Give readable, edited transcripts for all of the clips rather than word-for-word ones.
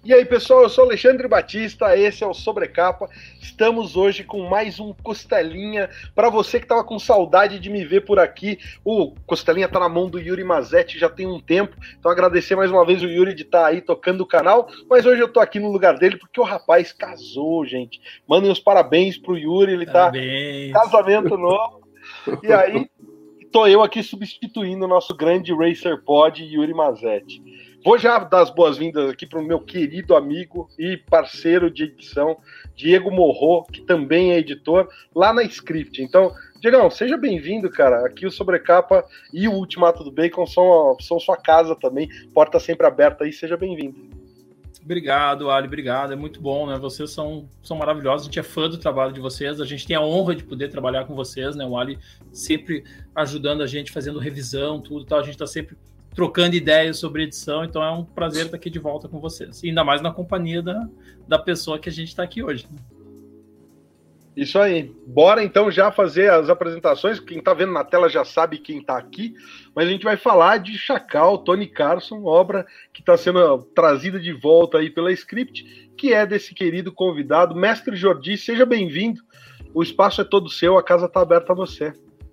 E aí, pessoal, eu sou Alexandre Batista, esse é o Sobrecapa. Estamos hoje com mais um Costelinha. Para você que estava com saudade de me ver por aqui, o Costelinha está na mão do Yuri Mazetti já tem um tempo. Então agradecer mais uma vez o Yuri de estar aí tocando o canal. Mas hoje eu tô aqui no lugar dele porque o rapaz casou, gente. Mandem os parabéns pro Yuri, ele tá casamento novo. E aí, tô eu aqui substituindo o nosso grande Racer Pod, Yuri Mazetti. Vou já dar as boas-vindas aqui para o meu querido amigo e parceiro de edição, Diego Morro, que também é editor, lá na Script. Então, Diegão, seja bem-vindo, cara. Aqui o Sobrecapa e o Ultimato do Bacon são sua casa também. Porta sempre aberta aí, seja bem-vindo. Obrigado, Ali, obrigado. É muito bom, né? Vocês são maravilhosos. A gente é fã do trabalho de vocês. A gente tem a honra de poder trabalhar com vocês, né? O Ali sempre ajudando a gente, fazendo revisão, tudo, tal. A gente está sempre trocando ideias sobre edição, então é um prazer estar aqui de volta com vocês. E ainda mais na companhia da pessoa que a gente está aqui hoje. Né? Isso aí. Bora então já fazer as apresentações. Quem está vendo na tela já sabe quem está aqui, mas a gente vai falar de Chacal, Tony Carson, obra que está sendo trazida de volta aí pela Script, que é desse querido convidado, Mestre Jordi. Seja bem-vindo. O espaço é todo seu, a casa está aberta a você.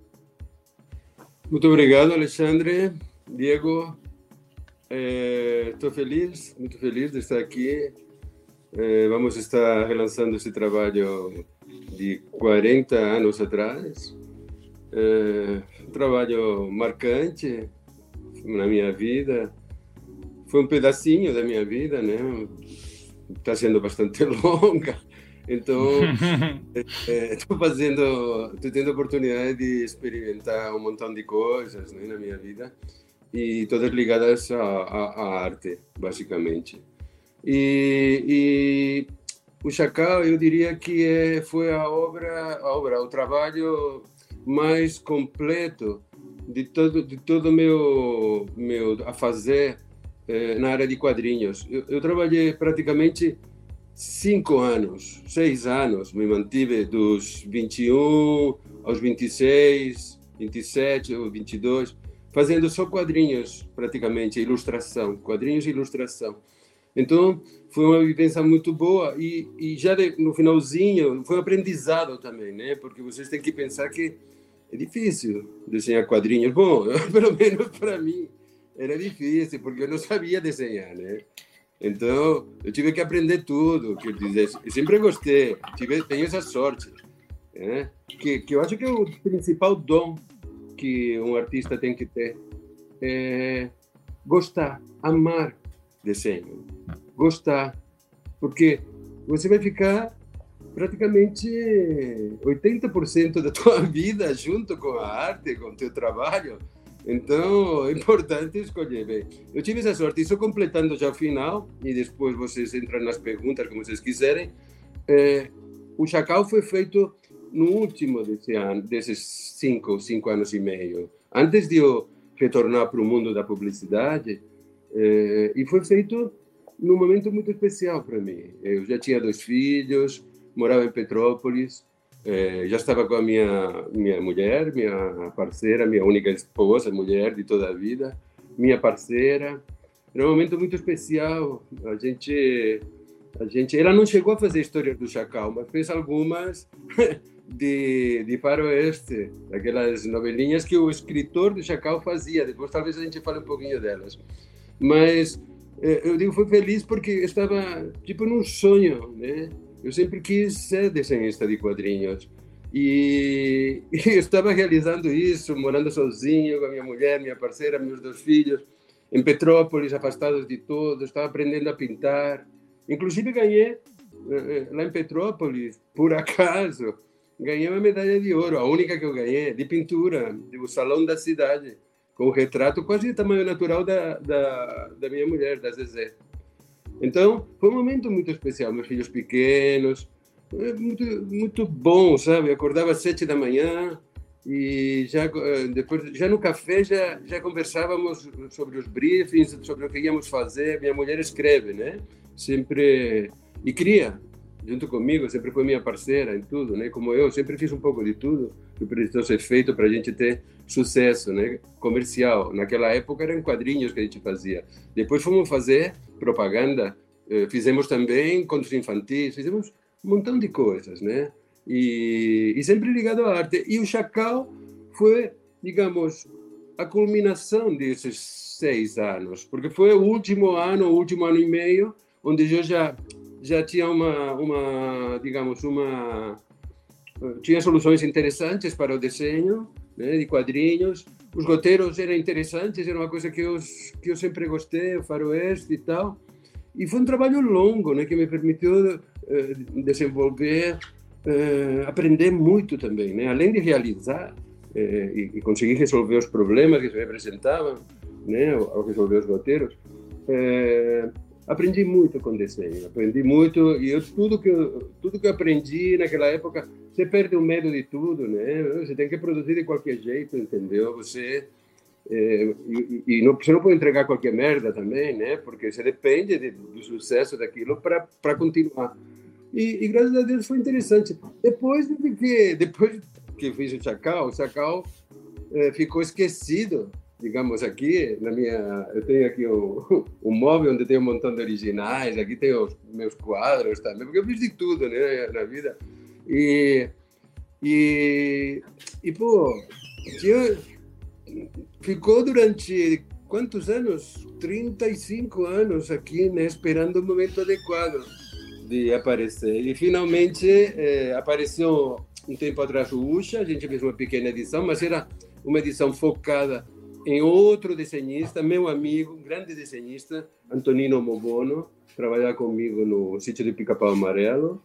Muito obrigado, Alexandre. Diego, estou feliz, muito feliz de estar aqui. Vamos estar relançando esse trabalho de 40 anos atrás. Um trabalho marcante na minha vida. Foi um pedacinho da minha vida, né? Está sendo bastante longa. Então, estou tendo a oportunidade de experimentar um montão de coisas, né, na minha vida. E todas ligadas à arte, basicamente. E o Chacal, eu diria que foi o trabalho mais completo de todo meu a fazer na área de quadrinhos. Eu trabalhei praticamente 6 anos, me mantive dos 21 aos 26, 27 ou 22, fazendo só quadrinhos, praticamente, ilustração, quadrinhos e ilustração. Então, foi uma vivência muito boa e já no finalzinho foi um aprendizado também, né? Porque vocês têm que pensar que é difícil desenhar quadrinhos. Bom, pelo menos para mim era difícil, porque eu não sabia desenhar, né? Então, eu tive que aprender tudo, quer dizer, eu sempre gostei, tenho essa sorte, né? Que eu acho que é o principal dom que um artista tem que ter, gostar, amar desenho, gostar, porque você vai ficar praticamente 80% da tua vida junto com a arte, com o teu trabalho. Então, é importante escolher bem. Eu tive essa sorte, estou completando já o final, e depois vocês entram nas perguntas, como vocês quiserem. O Chacal foi feito no último desses 5 anos e meio, antes de eu retornar para o mundo da publicidade, e foi feito num momento muito especial para mim. Eu já tinha 2 filhos, morava em Petrópolis, já estava com a minha mulher, minha parceira, minha única esposa, mulher de toda a vida, minha parceira. Era um momento muito especial. Ela não chegou a fazer histórias do Chacal, mas fez algumas de faroeste, aquelas novelinhas que o escritor do Chacal fazia. Depois talvez a gente fale um pouquinho delas. Mas eu digo, fui feliz porque estava tipo num sonho, né? Eu sempre quis ser desenhista de quadrinhos e eu estava realizando isso, morando sozinho com a minha mulher, minha parceira, meus 2 filhos, em Petrópolis, afastados de tudo. Estava aprendendo a pintar. Inclusive ganhei, lá em Petrópolis, por acaso, ganhei uma medalha de ouro, a única que eu ganhei, de pintura, do Salão da Cidade, com o retrato quase de tamanho natural da minha mulher, da Zezé. Então, foi um momento muito especial. Meus filhos pequenos, muito, muito bom, sabe? Acordava às 7 da manhã e depois, já no café, já conversávamos sobre os briefings, sobre o que íamos fazer. Minha mulher escreve, né? Sempre, e cria, junto comigo, sempre foi minha parceira em tudo, né? Como eu sempre fiz um pouco de tudo que precisou ser feito para a gente ter sucesso, né? Comercial. Naquela época eram quadrinhos que a gente fazia. Depois fomos fazer propaganda fizemos também contos infantis, fizemos um montão de coisas, né? E sempre ligado à arte. E o Chacal foi, digamos, a culminação desses 6 anos, porque foi o último ano e meio, onde eu já tinha tinha soluções interessantes para o desenho, né, de quadrinhos. Os roteiros eram interessantes, era uma coisa que eu sempre gostei, o faroeste e tal. E foi um trabalho longo, né, que me permitiu desenvolver, aprender muito também, né, além de realizar e conseguir resolver os problemas que se me apresentavam, né, ao resolver os roteiros. Aprendi muito com desenho, aprendi muito, e tudo que eu aprendi naquela época, você perde o medo de tudo, né? Você tem que produzir de qualquer jeito, entendeu? Você não pode entregar qualquer merda também, né? Porque você depende do sucesso daquilo para continuar. E graças a Deus foi interessante. Depois que fiz o Chacal ficou esquecido. Digamos, aqui, eu tenho aqui um móvel onde tem um montão de originais, aqui tem os meus quadros também, porque eu fiz de tudo, né, na vida. Pô, ficou durante quantos anos? 35 anos aqui, né, esperando o momento adequado de aparecer. E finalmente apareceu um tempo atrás o Ucha, a gente fez uma pequena edição, mas era uma edição focada em outro desenhista, meu amigo, um grande desenhista, Antonino Mobono, trabalhava comigo no Sítio do Pica-Pau Amarelo.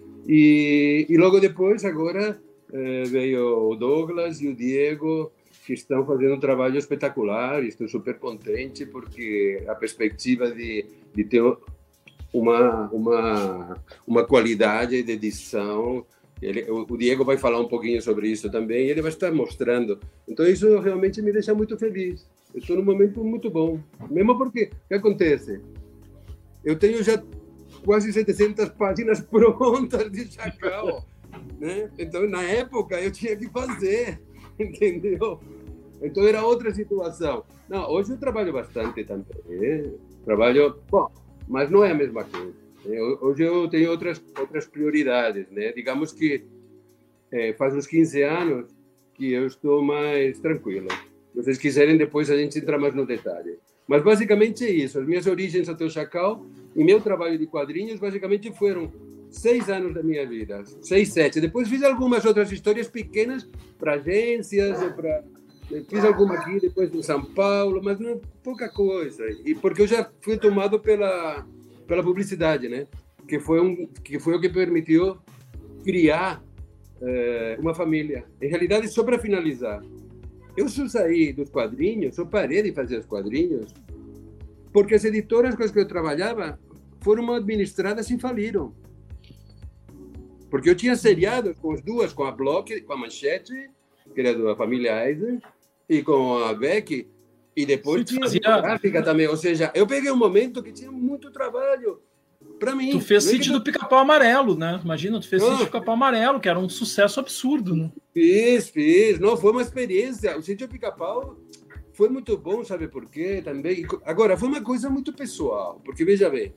E logo depois, agora, veio o Douglas e o Diego, que estão fazendo um trabalho espetacular. Estou super contente, porque a perspectiva de ter uma qualidade de edição. O Diego vai falar um pouquinho sobre isso também, e ele vai estar mostrando. Então isso realmente me deixa muito feliz. Eu estou num momento muito bom. Mesmo porque, o que acontece? Eu tenho já quase 700 páginas prontas de Chacal, né? Então, na época, eu tinha que fazer, entendeu? Então era outra situação. Não, hoje eu trabalho bastante também. Trabalho, bom, mas não é a mesma coisa. Hoje eu tenho outras prioridades, né? Digamos que faz uns 15 anos que eu estou mais tranquilo. Se vocês quiserem, depois a gente entra mais no detalhe. Mas basicamente é isso. As minhas origens até o Chacal e meu trabalho de quadrinhos basicamente foram 6 anos da minha vida. 6, 7. Depois fiz algumas outras histórias pequenas para agências, fiz alguma aqui depois em São Paulo, mas não, pouca coisa. E porque eu já fui tomado pela publicidade, né? Que foi o que permitiu criar uma família. Em realidade, só para finalizar, eu só saí dos quadrinhos, só parei de fazer os quadrinhos, porque as editoras com as que eu trabalhava foram administradas e faliram. Porque eu tinha seriados com as duas, com a Block, com a Manchete, que era da família Eisner, e com a Beck. E depois tinha gráfica também, ou seja, eu peguei um momento que tinha muito trabalho para mim. Tu fez Sítio do Pica-Pau Amarelo, né? Imagina, tu fez Sítio do Pica-Pau Amarelo, que era um sucesso absurdo, né? Fiz. Não, foi uma experiência. O Sítio do Pica-Pau foi muito bom, sabe por quê? Também. Agora, foi uma coisa muito pessoal, porque, veja bem,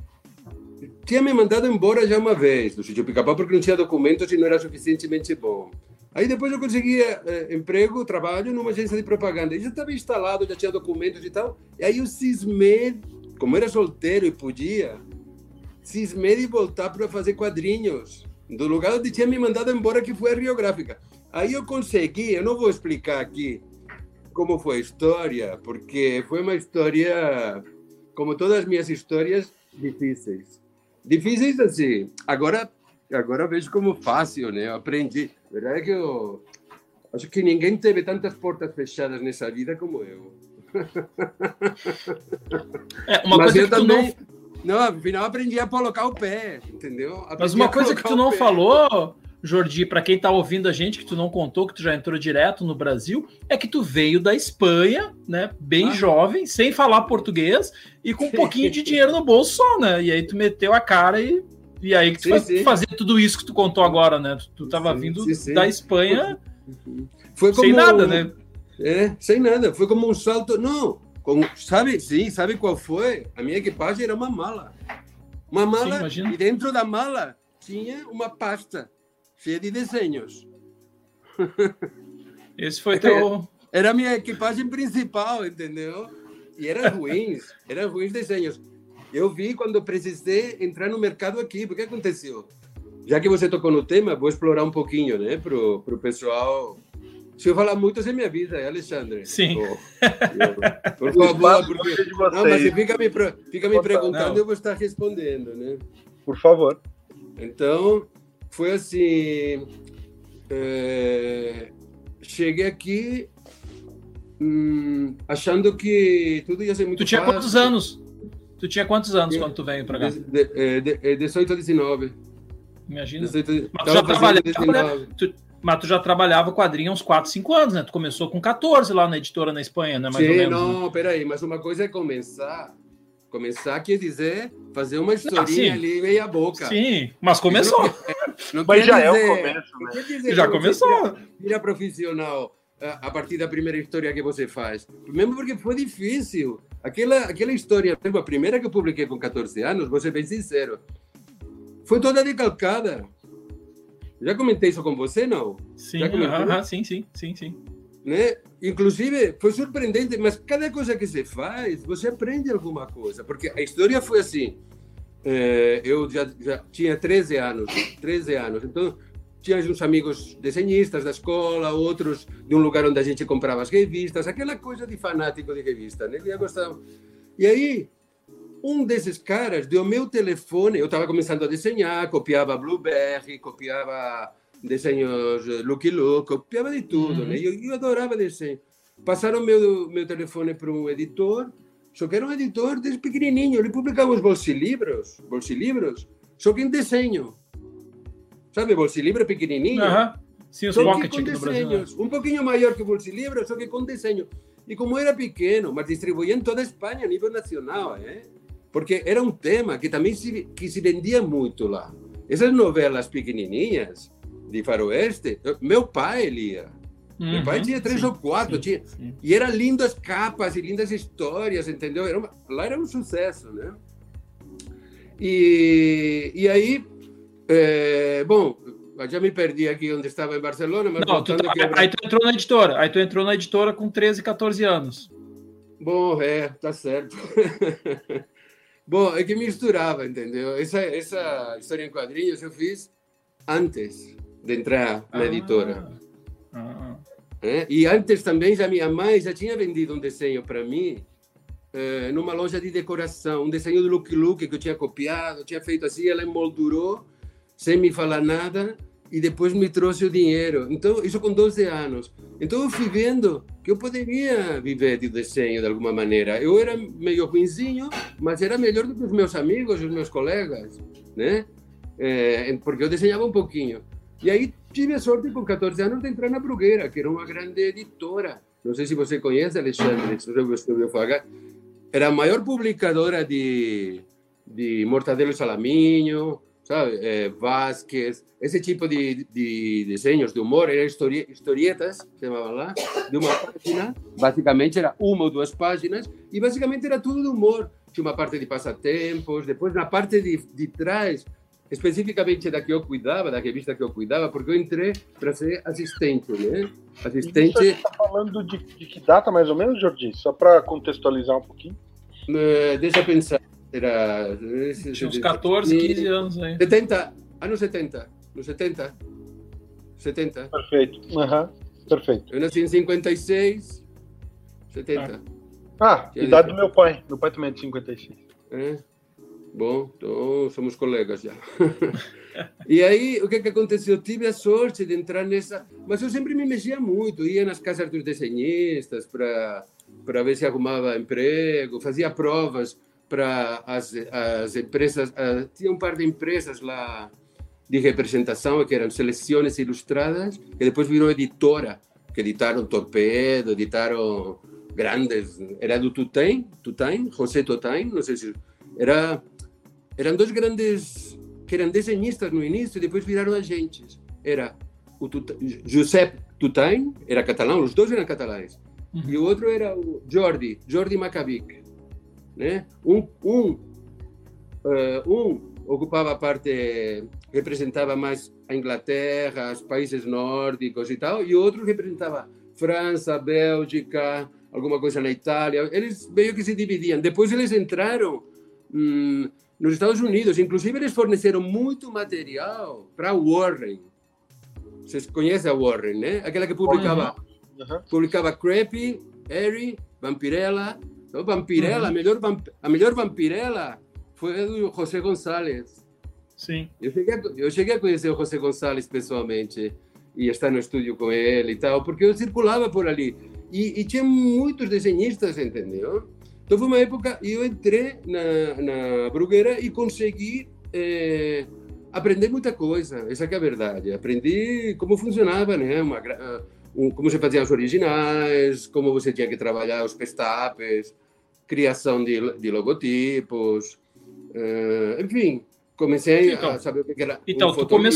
tinha me mandado embora já uma vez do Sítio do Pica-Pau porque não tinha documentos e não era suficientemente bom. Aí depois eu consegui emprego, trabalho numa agência de propaganda. E já estava instalado, já tinha documentos e tal. E aí eu cismei, como era solteiro e podia, cismei de voltar para fazer quadrinhos. Do lugar onde tinha me mandado embora, que foi a Rio Gráfica. Aí eu consegui, eu não vou explicar aqui como foi a história, porque foi uma história, como todas as minhas histórias, difíceis. Difíceis assim. Agora vejo como fácil, né? Eu aprendi. A verdade é que eu acho que ninguém teve tantas portas fechadas nessa vida como eu. Uma Mas coisa eu que também... tu não, afinal aprendi a colocar o pé, entendeu? Mas uma coisa que tu não falou, Jordi, para quem tá ouvindo a gente, que tu não contou, que tu já entrou direto no Brasil, é que tu veio da Espanha, né? Bem jovem, sem falar português e com um pouquinho de dinheiro no bolso só, né? E aí tu meteu a cara e aí que tu foi fazer tudo isso que tu contou agora, né? Tu tava vindo da Espanha foi como, sem nada, né? Sem nada. Foi como um salto... Não, sabe qual foi? A minha equipagem era uma mala. Uma mala, Sim, imagina. e dentro da mala tinha uma pasta cheia de desenhos. Esse foi teu... Era a minha equipagem principal, entendeu? E eram ruins desenhos. Eu vi quando precisei entrar no mercado aqui, porque aconteceu? Já que você tocou no tema, vou explorar um pouquinho, né, pro pessoal. Se eu falar muito, você me avisa, Alexandre. Sim. Por favor, porque... Não, mas você fica me perguntando, eu vou estar respondendo, né? Por favor. Então, foi assim... Cheguei aqui achando que tudo ia ser muito fácil. Tu tinha quantos anos? Tu tinha quantos anos quando tu veio para cá? 18 a 19. Imagina. 18, mas tu já trabalhava quadrinho há uns 4, 5 anos, né? Tu começou com 14 lá na editora na Espanha, né? Mais ou menos, não, né? peraí, mas uma coisa é começar. Começar quer dizer fazer uma historinha ali meia boca. Sim, mas começou. Não mas já dizer, é o começo, né? Já começou. Vira profissional a partir da primeira história que você faz. Mesmo porque foi difícil. Aquela história, a primeira que eu publiquei com 14 anos, vou ser bem sincero, foi toda decalcada. Já comentei isso com você, não? Sim, sim. Né? Inclusive, foi surpreendente, mas cada coisa que você faz, você aprende alguma coisa. Porque a história foi assim. Eu já tinha 13 anos, então tinha uns amigos desenhistas da escola, outros de um lugar onde a gente comprava as revistas, aquela coisa de fanático de revista, né? Eu gostava. E aí, um desses caras deu meu telefone, eu estava começando a desenhar, copiava Blueberry, copiava desenhos Lucky Luke, copiava de tudo, né? Eu adorava desenho. Passaram meu telefone para um editor, só que era um editor desde pequenininho, ele publicava os bolsilibros, só que em desenho. Sabe, bolsilibro pequenininho? Sim, os só pocket que com aqui desenhos, no Brasil. um pouquinho maior que o bolsilibro, só que com desenho. E como era pequeno, mas distribuía em toda a Espanha a nível nacional, porque era um tema que também se vendia muito lá. Essas novelas pequenininhas de faroeste, meu pai lia. Meu pai tinha 3 ou 4, e eram lindas capas e lindas histórias, entendeu? Lá era um sucesso, né? E aí, bom, já me perdi aqui onde estava em Barcelona, mas aí tu entrou na editora com 13, 14 anos. Bom, tá certo. Bom, é que misturava, entendeu? Essa história em quadrinhos eu fiz antes de entrar na editora. E antes também, minha mãe já tinha vendido um desenho para mim numa loja de decoração, um desenho do Lucky Luke que eu tinha copiado, tinha feito assim, ela emoldurou sem me falar nada e depois me trouxe o dinheiro. Então, isso com 12 anos. Então, eu fui vendo que eu poderia viver de desenho de alguma maneira. Eu era meio ruinzinho, mas era melhor do que os meus amigos, os meus colegas, né? Porque eu desenhava um pouquinho. E aí tive a sorte, com 14 anos, de entrar na Bruguera, que era uma grande editora. Não sei se você conhece, Alexandre, se você ouviu falar. Era a maior publicadora de Mortadelo e Salaminho, sabe? Vasquez, esse tipo de desenhos de humor, eram historietas, se chamavam lá, de uma página, basicamente era 1 ou 2 páginas, e basicamente era tudo de humor. Tinha uma parte de passatempos, depois na parte de trás, especificamente da que eu cuidava, da revista que eu cuidava, porque eu entrei para ser assistente, né? Assistente... Você está falando de que data, mais ou menos, Jordi? Só para contextualizar um pouquinho. Deixa eu pensar. Era... Tinha uns 14, 15 anos aí. 70, anos 70. Nos 70. 70. Perfeito. Perfeito. Eu nasci em 56, 70. Idade do meu pai. Meu pai também é de 56. Bom, então somos colegas já. E aí, o que aconteceu? Eu tive a sorte de entrar nessa... Mas eu sempre me mexia muito. Ia nas casas dos desenhistas para ver se arrumava emprego. Fazia provas para as empresas. Tinha um par de empresas lá de representação, que eram Seleções Ilustradas, que depois virou editora, que editaram Torpedo, editaram grandes... Era do Tutain, José Tutain, não sei se... Eram 2 grandes que eram desenhistas no início e depois viraram agentes. Era o Josep Tutain, era catalão, os 2 eram catalães. E o outro era o Jordi Macavic, né? um ocupava a parte, representava mais a Inglaterra, os países nórdicos e tal, e outro representava França, Bélgica, alguma coisa na Itália. Eles meio que se dividiam. Depois eles entraram nos Estados Unidos. Inclusive, eles forneceram muito material para a Warren. Vocês conhecem a Warren, né? Aquela que publicava Creepy, Harry, Vampirella. Então, Vampirella, a melhor Vampirella foi a do José Gonçalves. Sim. Eu cheguei a conhecer o José Gonçalves pessoalmente e estar no estúdio com ele e tal, porque eu circulava por ali. E tinha muitos desenhistas, entendeu? Então foi uma época, e eu entrei na Bruguera e consegui aprender muita coisa, essa que é a verdade. Aprendi como funcionava, né? Como se faziam os originais, como você tinha que trabalhar os pestapes, criação de logotipos, enfim, comecei a saber o que era. Então,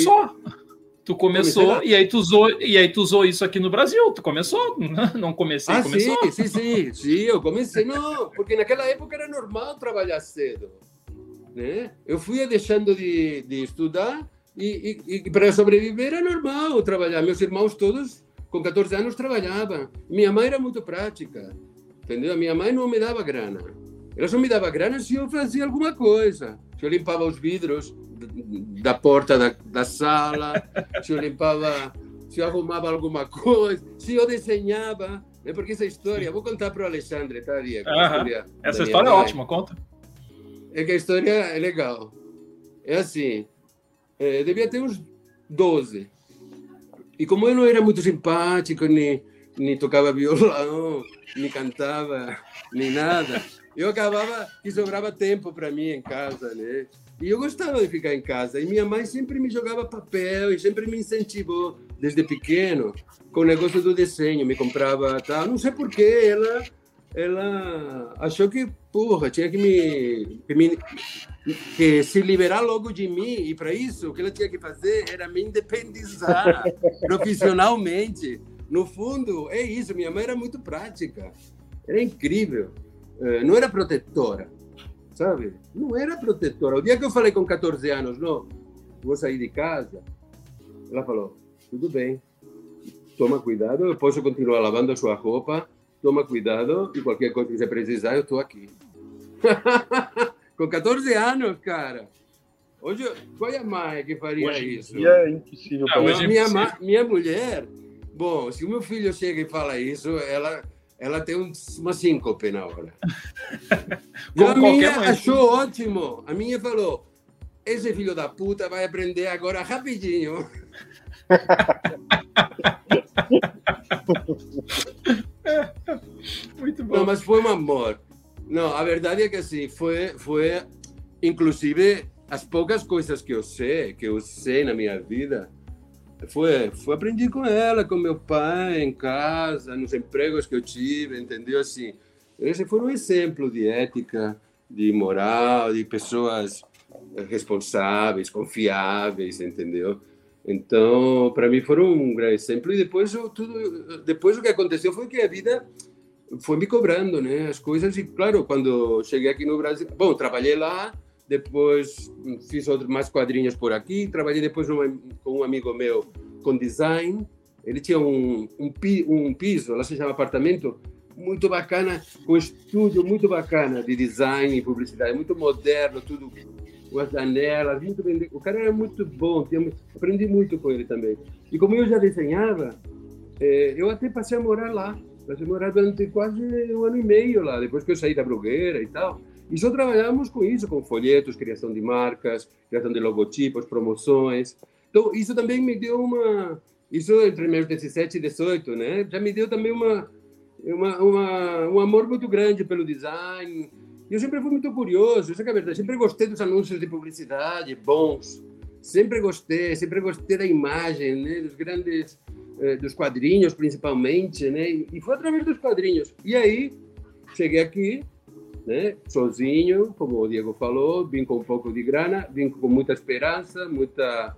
Tu começou e aí tu usou isso aqui no Brasil. Tu começou? Não comecei, começou? Sim, eu comecei. Não, porque naquela época era normal trabalhar cedo, né? Eu fui deixando de estudar e para sobreviver era normal trabalhar. Meus irmãos todos, com 14 anos, trabalhavam. Minha mãe era muito prática, entendeu? A minha mãe não me dava grana. Ela só me dava grana se eu fazia alguma coisa. Se eu limpava os vidros da porta da sala, se eu arrumava alguma coisa, se eu desenhava, né? Porque essa história, vou contar para o Alexandre, tá, Diego? Essa história é ótima, conta. É que a história é legal. É assim, devia ter uns 12. E como eu não era muito simpático, nem tocava violão, nem cantava, nem nada, eu acabava que sobrava tempo para mim em casa, né? E eu gostava de ficar em casa. E minha mãe sempre me jogava papel e sempre me incentivou, desde pequeno, com o negócio do desenho. Me comprava, tal. Não sei porquê, ela achou que, porra, tinha que se liberar logo de mim. E para isso, o que ela tinha que fazer era me independizar profissionalmente. No fundo, é isso. Minha mãe era muito prática. Era incrível. Não era protetora. Sabe? Não era protetora. O dia que eu falei com 14 anos, não, vou sair de casa, ela falou, tudo bem, toma cuidado, eu posso continuar lavando a sua roupa, toma cuidado e qualquer coisa que você precisar, eu estou aqui. Com 14 anos, cara. Hoje, qual é a mãe que faria isso? É impossível. Minha mulher, bom, se o meu filho chega e fala isso, ela tem uma síncope na hora. A minha achou ótimo. A minha falou, esse filho da puta vai aprender agora rapidinho. Muito bom. Não, mas foi um amor. Não, a verdade é que assim, foi inclusive, as poucas coisas que eu sei na minha vida, aprendi com ela, com meu pai, em casa, nos empregos que eu tive, entendeu? Assim, esse foi um exemplo de ética, de moral, de pessoas responsáveis, confiáveis, entendeu? Então, para mim, foram um grande exemplo. E depois o que aconteceu foi que a vida foi me cobrando, né? As coisas. E, claro, quando cheguei aqui no Brasil... Bom, trabalhei lá, depois fiz mais quadrinhos por aqui, trabalhei depois com um amigo meu com design. Ele tinha um piso, lá se chama apartamento, muito bacana, com estúdio muito bacana de design e publicidade, muito moderno, tudo com as janelas, muito bem. O cara era muito bom, aprendi muito com ele também. E como eu já desenhava, eu até passei a morar lá. Passei a morar durante quase 1 ano e meio lá, depois que eu saí da Bruguera e tal. E só trabalhávamos com isso, com folhetos, criação de marcas, criação de logotipos, promoções. Então, isso também me deu isso entre meus 17 e 18, né? Já me deu também um amor muito grande pelo design. Eu sempre fui muito curioso, isso é a verdade. Sempre gostei dos anúncios de publicidade bons. Sempre gostei da imagem, né? Dos quadrinhos, principalmente, né? E foi através dos quadrinhos. E aí, cheguei aqui, né? Sozinho, como o Diego falou, vim com um pouco de grana, vim com muita esperança, muita,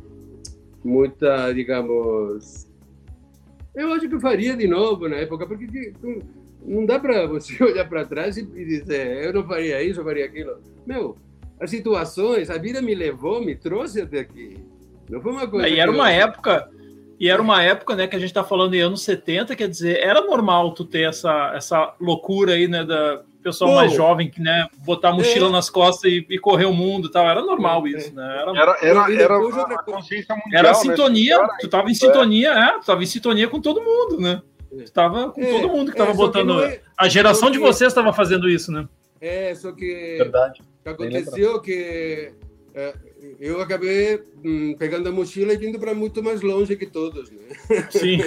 digamos... Eu acho que eu faria de novo na época, porque não dá para você olhar para trás e dizer, eu não faria isso, eu faria aquilo. as situações, a vida me levou, me trouxe até aqui. Não foi uma coisa. E era uma época, né, que a gente está falando em anos 70, quer dizer, era normal tu ter essa loucura aí, né, da pessoal mais jovem, que, né, botar a mochila nas costas e correr o mundo e tal. Era normal isso, né? Era a consciência mundial. Era a sintonia, né? Tu tava em sintonia, tu tava em sintonia com todo mundo, né? Tu tava com todo mundo que tava botando. A geração de vocês estava fazendo isso, né? Só que Verdade. Aconteceu que eu acabei pegando a mochila e indo para muito mais longe que todos, né? Sim.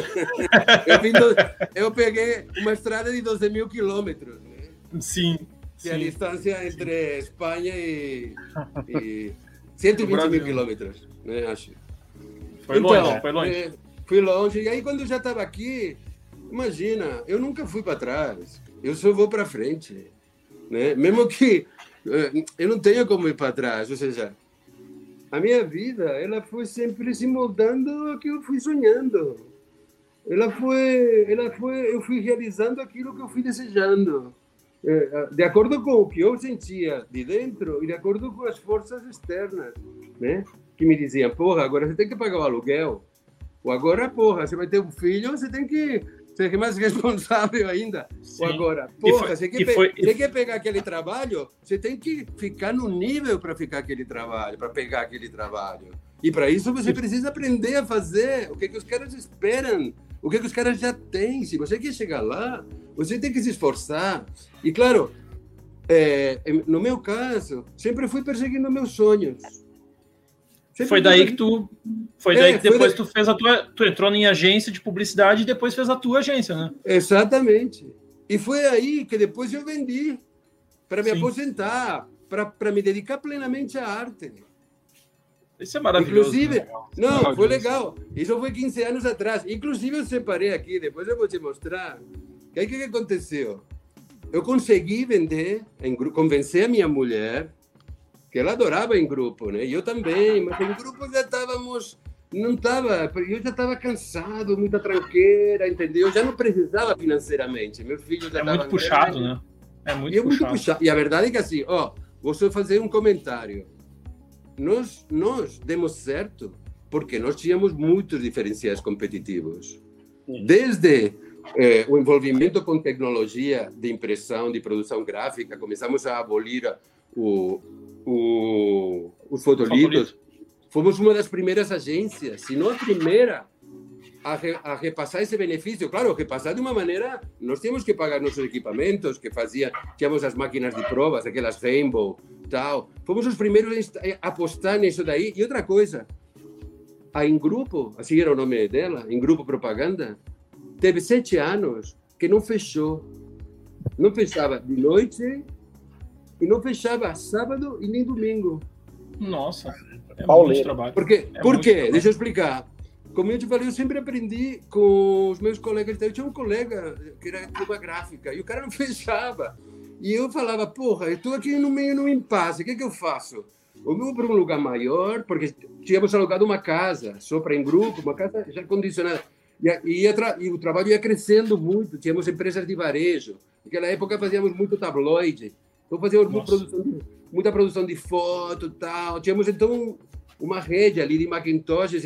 Eu peguei uma estrada de 12 mil quilômetros, né? Sim. A distância entre Espanha e 120 mil quilômetros, né? Acho. Foi longe. Fui longe. E aí, quando eu já estava aqui, imagina, eu nunca fui para trás. Eu só vou para frente, né? Mesmo que eu não tenho como ir para trás, ou seja, a minha vida, ela foi sempre se moldando ao que eu fui sonhando. Eu fui realizando aquilo que eu fui desejando, de acordo com o que eu sentia de dentro e de acordo com as forças externas, né? Que me diziam, porra, agora você tem que pagar o aluguel, ou agora, porra, você vai ter um filho, você tem que ser mais responsável ainda. Sim. Ou agora, porra, você quer pegar aquele trabalho, você tem que ficar no nível para ficar aquele trabalho, para pegar aquele trabalho. E para isso você precisa aprender a fazer o que os caras esperam, o que os caras já têm. Se você quer chegar lá, você tem que se esforçar. E claro, no meu caso, sempre fui perseguindo meus sonhos. Foi daí que depois tu fez tu entrou em agência de publicidade e depois fez a tua agência, né? Exatamente. E foi aí que depois eu vendi para me aposentar, para me dedicar plenamente à arte. Isso é maravilhoso. Inclusive, não, foi legal. Isso foi 15 anos atrás. Inclusive eu separei aqui, depois eu vou te mostrar. Aí o que aconteceu? Eu consegui vender, convencer a minha mulher, que ela adorava em grupo, né? E eu também, mas em grupo eu já estava cansado, muita tranqueira, entendeu? Eu já não precisava financeiramente, meu filho já estava muito puxado, grande, né? É muito puxado. E a verdade é que assim, vou só fazer um comentário. Nós demos certo porque nós tínhamos muitos diferenciais competitivos. Desde o envolvimento com tecnologia de impressão, de produção gráfica, começamos a abolir os fotolitos. Fomos uma das primeiras agências, se não a primeira, a repassar esse benefício. Claro, repassar de uma maneira, nós tínhamos que pagar nossos equipamentos, tínhamos as máquinas de provas, aquelas Rainbow, tal. Fomos os primeiros a apostar nisso daí. E outra coisa, a Engrupo, assim era o nome dela, Engrupo Propaganda, teve 7 anos que não fechou. Não fechava de noite e não fechava sábado e nem domingo. Nossa, muito trabalho. Por quê? Deixa eu explicar. Como eu te falei, eu sempre aprendi com os meus colegas. Eu tinha um colega que era de uma gráfica e o cara não fechava. E eu falava, porra, eu estou aqui no meio de um impasse, o que eu faço? Eu vou para um lugar maior, porque tínhamos alugado uma casa, só para em grupo, uma casa já condicionada. E o trabalho ia crescendo muito, tínhamos empresas de varejo. Naquela época fazíamos muito tabloide, então fazíamos muita produção de foto e tal. Tínhamos então uma rede ali de Macintoshes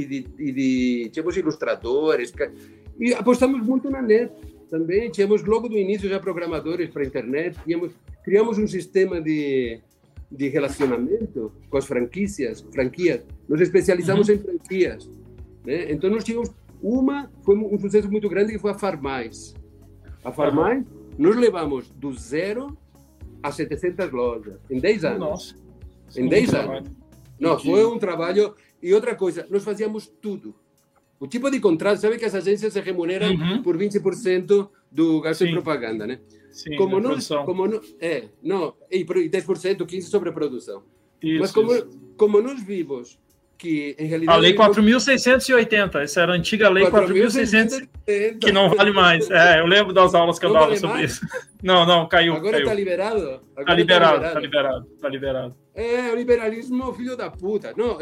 e tínhamos ilustradores. E apostamos muito na net também. Tínhamos logo do início já programadores para a internet. Criamos um sistema de relacionamento com as franquias. Nos especializamos em franquias, né? Então nós tínhamos foi um sucesso muito grande, que foi a Farmais. A Farmais, nós levamos do 0 a 700 lojas em 10 anos. Nossa. Em 10 anos. Não, foi um trabalho. E outra coisa, nós fazíamos tudo. O tipo de contrato, sabe que as agências se remuneram por 20% do gasto de propaganda, né? Sim, como não, e 10%, 15% sobre a produção. Mas como nós vimos que, em realidade... A Lei 4.680, essa era a antiga Lei 4.680, que não vale mais. Eu lembro das aulas que eu dava sobre isso. Não, caiu. Agora está liberado? Está liberado. O liberalismo, filho da puta. Não,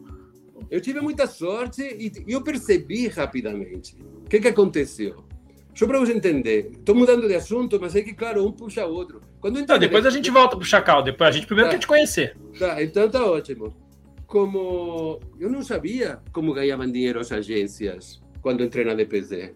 eu tive muita sorte e eu percebi rapidamente. O que aconteceu? Só para você entender, estou mudando de assunto, mas é que, claro, um puxa o outro. Então, depois a gente volta pro Chacal, depois a gente primeiro quer te conhecer. Tá, então tá ótimo. Como eu não sabia como ganhavam dinheiro as agências quando entrei na DPZ.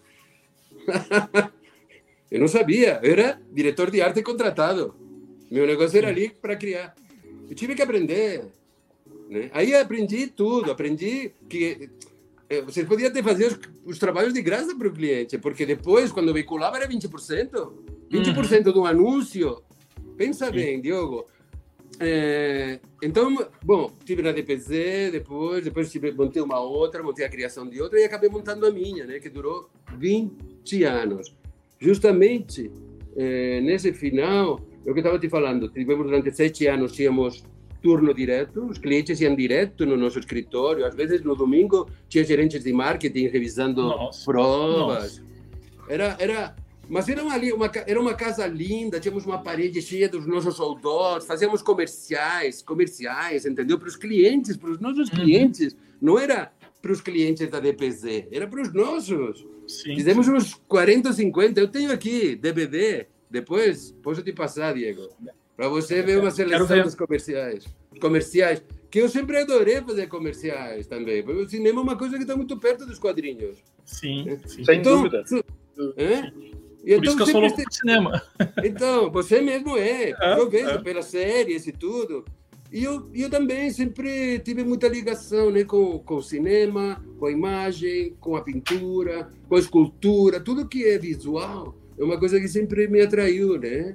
Eu não sabia, eu era diretor de arte contratado. Meu negócio era ali para criar. Eu tive que aprender, né? Aí aprendi tudo, aprendi que você podia ter fazer os trabalhos de graça para o cliente, porque depois, quando veiculava, era 20%. 20% de um anúncio. Pensa bem, Diogo. Então, bom, estive na DPZ, depois montei uma outra, montei a criação de outra e acabei montando a minha, né, que durou 20 anos. Justamente nesse final, é o que estava te falando, tivemos durante 7 anos, tínhamos turno direto, os clientes iam direto no nosso escritório, às vezes no domingo tinha gerentes de marketing revisando provas. Mas era uma casa linda, tínhamos uma parede cheia dos nossos outdoors, fazíamos comerciais, entendeu? Para os clientes, para os nossos clientes. Não era para os clientes da DPZ, era para os nossos. Sim. Fizemos uns 40 ou 50, eu tenho aqui DVD, depois posso te passar, Diego, para você ver uma seleção dos comerciais, que eu sempre adorei fazer comerciais também, porque o cinema é uma coisa que está muito perto dos quadrinhos. Sim, sem dúvida. E por isso que eu sou louco por cinema. Então, você mesmo eu vejo pelas séries e tudo. E eu também sempre tive muita ligação, né, com o cinema, com a imagem, com a pintura, com a escultura, tudo que é visual é uma coisa que sempre me atraiu, né?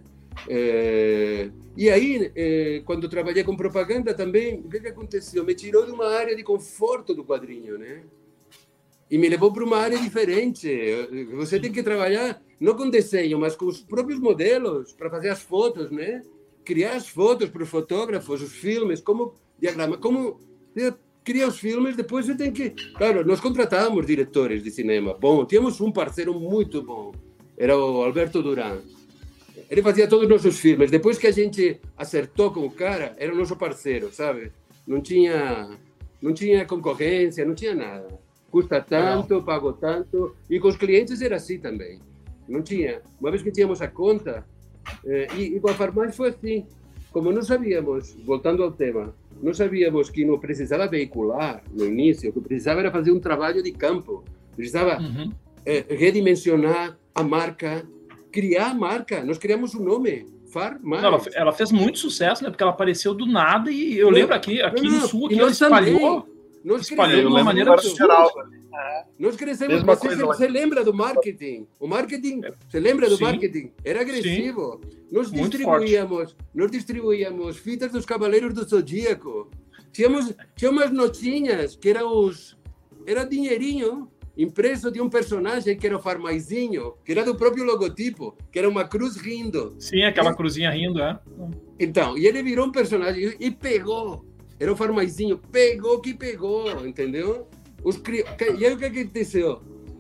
E aí, quando trabalhei com propaganda também, o que aconteceu? Me tirou de uma área de conforto do quadrinho, né? E me levou para uma área diferente. Você tem que trabalhar não com desenho, mas com os próprios modelos para fazer as fotos, né? Criar as fotos para os fotógrafos, os filmes, como diagrama, como criar os filmes. Depois você tem que... Claro, nós contratávamos diretores de cinema. Bom, tínhamos um parceiro muito bom, era o Alberto Duran. Ele fazia todos os nossos filmes. Depois que a gente acertou com o cara, era o nosso parceiro, sabe? Não tinha concorrência, não tinha nada. Custa tanto, pago tanto. E com os clientes era assim também. Não tinha. Uma vez que tínhamos a conta, e com a farmácia foi assim. Como não sabíamos, voltando ao tema, não sabíamos que não precisava veicular no início, o que precisava era fazer um trabalho de campo. Precisava redimensionar a marca, criar a marca. Nós criamos um nome, Farmácia. Ela fez muito sucesso, né? Porque ela apareceu do nada e eu lembro aqui no Sul, que ela espalhou. Nós crescemos de uma maneira absurda. Nós crescemos. Você lembra do marketing? O marketing, você lembra do marketing? Era agressivo. Nós distribuíamos fitas dos Cavaleiros do Zodíaco. Tinha umas notinhas que era dinheirinho impresso de um personagem que era o Farmaizinho, que era do próprio logotipo, que era uma cruz rindo. Sim, aquela cruzinha rindo, Então, e ele virou um personagem e pegou. Era o Farmaizinho, pegou, entendeu? E aí o que aconteceu?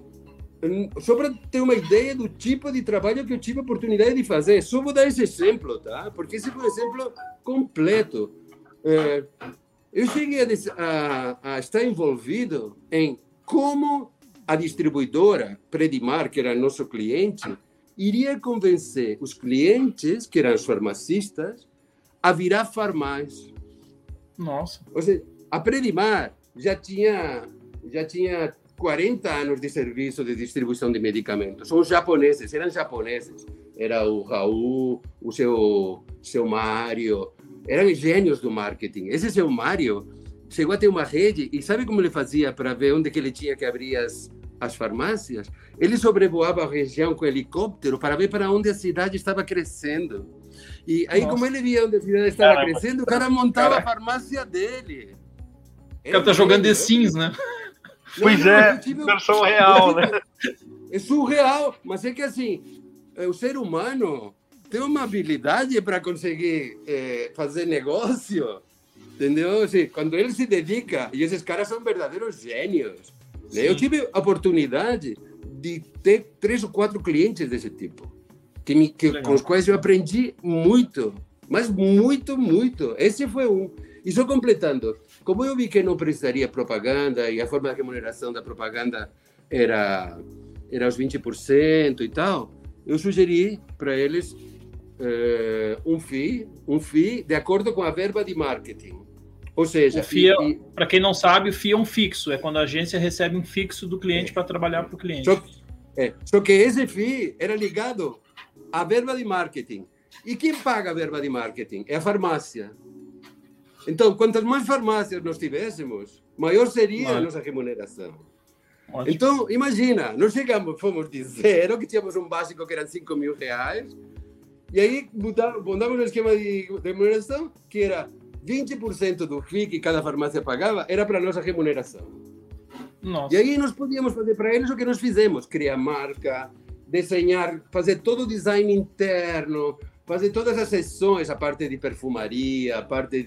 Só para ter uma ideia do tipo de trabalho que eu tive a oportunidade de fazer, só vou dar esse exemplo, tá? Porque esse foi um exemplo completo. Eu cheguei a estar envolvido em como a distribuidora Predimar, que era nosso cliente, iria convencer os clientes, que eram os farmacistas, a virar farmácia. Nossa. Ou seja, a Predimar já tinha 40 anos de serviço de distribuição de medicamentos. Eram japoneses. Era o Raul, o seu Mário. Eram gênios do marketing. Esse seu Mário chegou a ter uma rede, e sabe como ele fazia para ver onde que ele tinha que abrir as farmácias? Ele sobrevoava a região com helicóptero para ver para onde a cidade estava crescendo. E aí, como ele via onde a cidade estava crescendo, o cara montava a farmácia dele. O cara tá jogando The Sims, né? Pois versão real, né? É surreal, mas é que assim, o ser humano tem uma habilidade para conseguir fazer negócio, entendeu? Assim, quando ele se dedica, e esses caras são verdadeiros gênios. Né? Eu tive a oportunidade de ter 3 ou 4 clientes desse tipo, com os quais eu aprendi muito, mas muito, muito. Esse foi um. E só completando, como eu vi que não precisaria propaganda e a forma de remuneração da propaganda era era os 20% e tal, eu sugeri para eles um FII de acordo com a verba de marketing. Ou seja, o FII, para quem não sabe, o FII é um fixo, é quando a agência recebe um fixo do cliente para trabalhar para o cliente. Só que esse FII era ligado à verba de marketing. E quem paga a verba de marketing? É a farmácia. Então, quantas mais farmácias nós tivéssemos, maior seria a nossa remuneração. Ótimo. Então, imagina, nós fomos de zero, que tínhamos um básico que era 5 mil reais, e aí montamos um esquema de remuneração que era 20% do FII que cada farmácia pagava era para a nossa remuneração. Nossa. E aí nós podíamos fazer para eles o que nós fizemos, criar marca, desenhar, fazer todo o design interno, fazer todas as sessões, a parte de perfumaria, a parte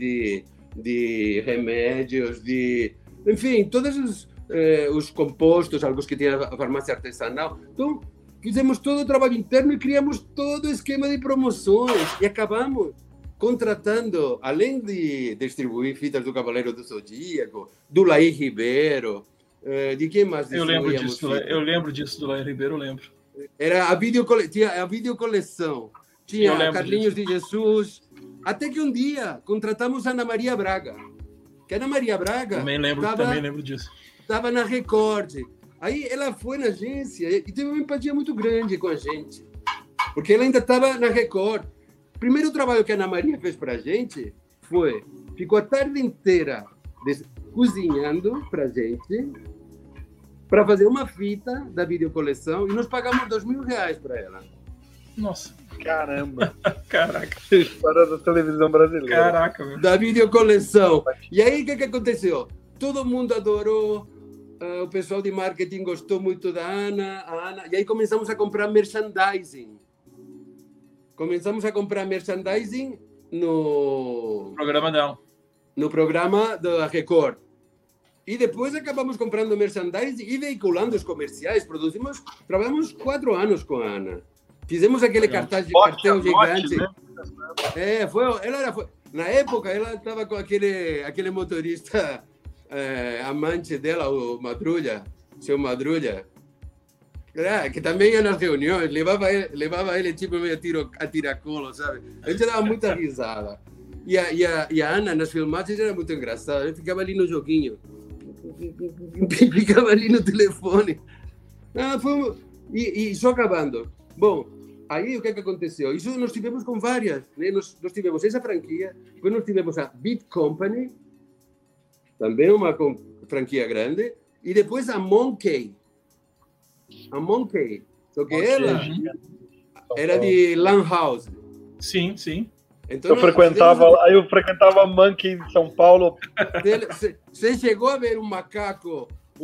de remédios, enfim, todos os compostos, alguns que tinha a farmácia artesanal. Então, fizemos todo o trabalho interno e criamos todo o esquema de promoções e acabamos contratando, além de distribuir fitas do Cavaleiro do Zodíaco, do Laí Ribeiro, de quem mais distribuíamos? Eu lembro disso do Laí Ribeiro, eu lembro. Era tinha a videocoleção, tinha Carlinhos de Jesus, até que um dia contratamos a Ana Maria Braga, que a Ana Maria Braga também lembro disso. Estava na Record. Aí ela foi na agência e teve uma empatia muito grande com a gente, porque ela ainda estava na Record. O primeiro trabalho que a Ana Maria fez para a gente ficou a tarde inteira cozinhando para a gente, para fazer uma fita da videocoleção, e nós pagamos R$2.000 para ela. Nossa. Caramba. Caraca. História da televisão brasileira. Caraca, meu. Da videocoleção. E aí, o que aconteceu? Todo mundo adorou, o pessoal de marketing gostou muito da Ana, e aí começamos a comprar merchandising. no programa dela. No programa da Record. E depois acabamos comprando merchandising e veiculando os comerciais. Trabalhamos 4 anos com a Ana. Fizemos aquele cartaz de cartão gigante. Né? Na época, ela estava com aquele motorista amante dela, o Madrulha, seu Madrulha, que também ia nas reuniões, levava ele tipo meio a tiracolo, sabe? A gente dava muita risada. E a Ana, nas filmagens, era muito engraçada. Ele ficava ali no joguinho, ficava ali no telefone. E só acabando. Bom, aí o que aconteceu? Isso nós tivemos com várias. Né? Nós tivemos essa franquia, depois nós tivemos a Beat Company, também uma franquia grande, e depois a Monkey. Só que ela era de Lan House. Sim, sim. Então, eu frequentava a Monkey em São Paulo. Você chegou a ver um macaco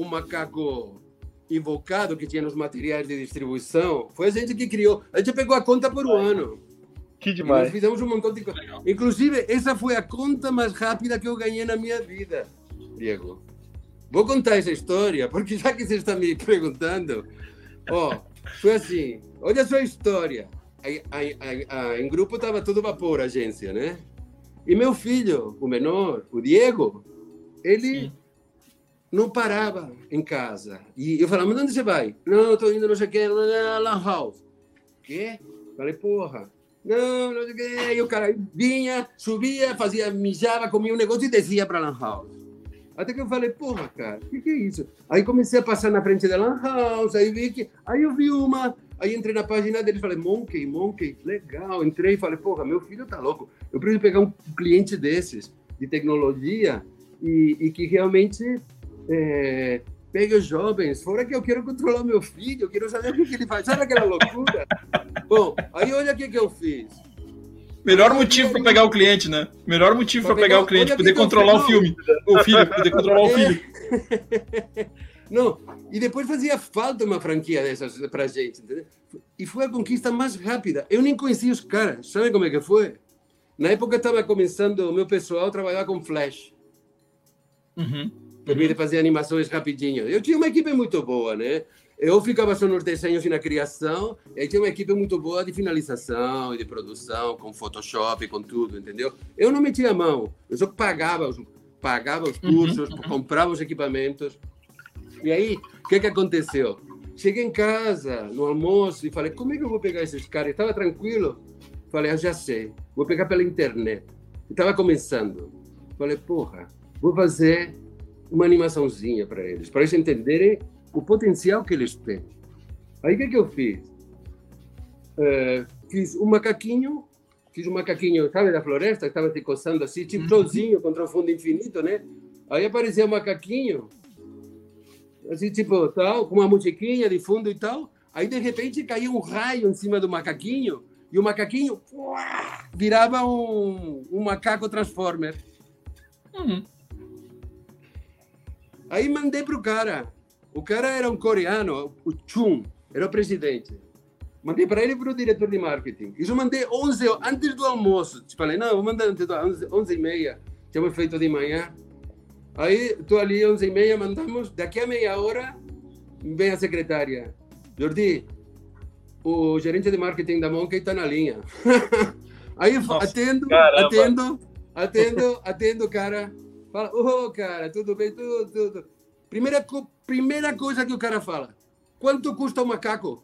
invocado que tinha nos materiais de distribuição? Foi a gente que criou. A gente pegou a conta por um ano. Que demais. Nós fizemos um montão de coisas. Inclusive, essa foi a conta mais rápida que eu ganhei na minha vida, Diego. Vou contar essa história, porque já que você está me perguntando, foi assim, olha só a história. Em grupo estava todo vapor, a agência, né? E meu filho, o menor, o Diego, ele não parava em casa. E eu falava, mas onde você vai? Não, eu estou indo, não sei o que, Lan House. Quê? Falei, porra. Não sei o que. E o cara vinha, subia, mijava, comia um negócio e descia para Lan House. Até que eu falei, porra, cara, o que é isso? Aí comecei a passar na frente da Lan House, aí eu vi uma, aí entrei na página dele e falei, Monkey, legal. Entrei e falei, porra, meu filho tá louco. Eu preciso pegar um cliente desses, de tecnologia, e que realmente pegue os jovens. Fora que eu quero controlar meu filho, eu quero saber o que ele faz. Sabe aquela loucura? Bom, aí olha o que eu fiz. Melhor motivo para pegar o cliente, né? Melhor motivo para pegar o cliente, poder controlar o filho, poder controlar o filho. Não, e depois fazia falta uma franquia dessas pra gente, entendeu? E foi a conquista mais rápida. Eu nem conhecia os caras, sabe como é que foi? Na época estava começando o meu pessoal a trabalhar com Flash. Permite fazer animações rapidinho. Eu tinha uma equipe muito boa, né? Eu ficava só nos desenhos e na criação, e aí tinha uma equipe muito boa de finalização e de produção, com Photoshop, com tudo, entendeu? Eu não metia a mão, eu só pagava os cursos, comprava os equipamentos. E aí, o que aconteceu? cheguei em casa, no almoço, e falei, como é que eu vou pegar esses caras? Estava tranquilo. Falei, já sei, vou pegar pela internet. Estava começando. Falei, porra, vou fazer uma animaçãozinha para eles entenderem o potencial que eles têm. Aí o que eu fiz? Fiz um macaquinho, sabe, da floresta, que estava te coçando assim, tipo sozinho, contra o fundo infinito, né? Aí apareceu um macaquinho, assim, tipo, tal, com uma musiquinha de fundo e tal. Aí, de repente, caiu um raio em cima do macaquinho, e o macaquinho virava um macaco Transformer. Aí mandei pro cara. O cara era um coreano, o Chun, era o presidente. Mandei para ele e para o diretor de marketing. Isso eu mandei 11 antes do almoço. Falei, não, vou mandar antes do 11h30. Tínhamos feito de manhã. Aí, estou ali, 11h30, mandamos. Daqui a meia hora, vem a secretária. Jordi, o gerente de marketing da Monkey está na linha. Aí, atendo, cara. Fala, cara, tudo bem, tudo. Primeira coisa que o cara fala. Quanto custa o macaco?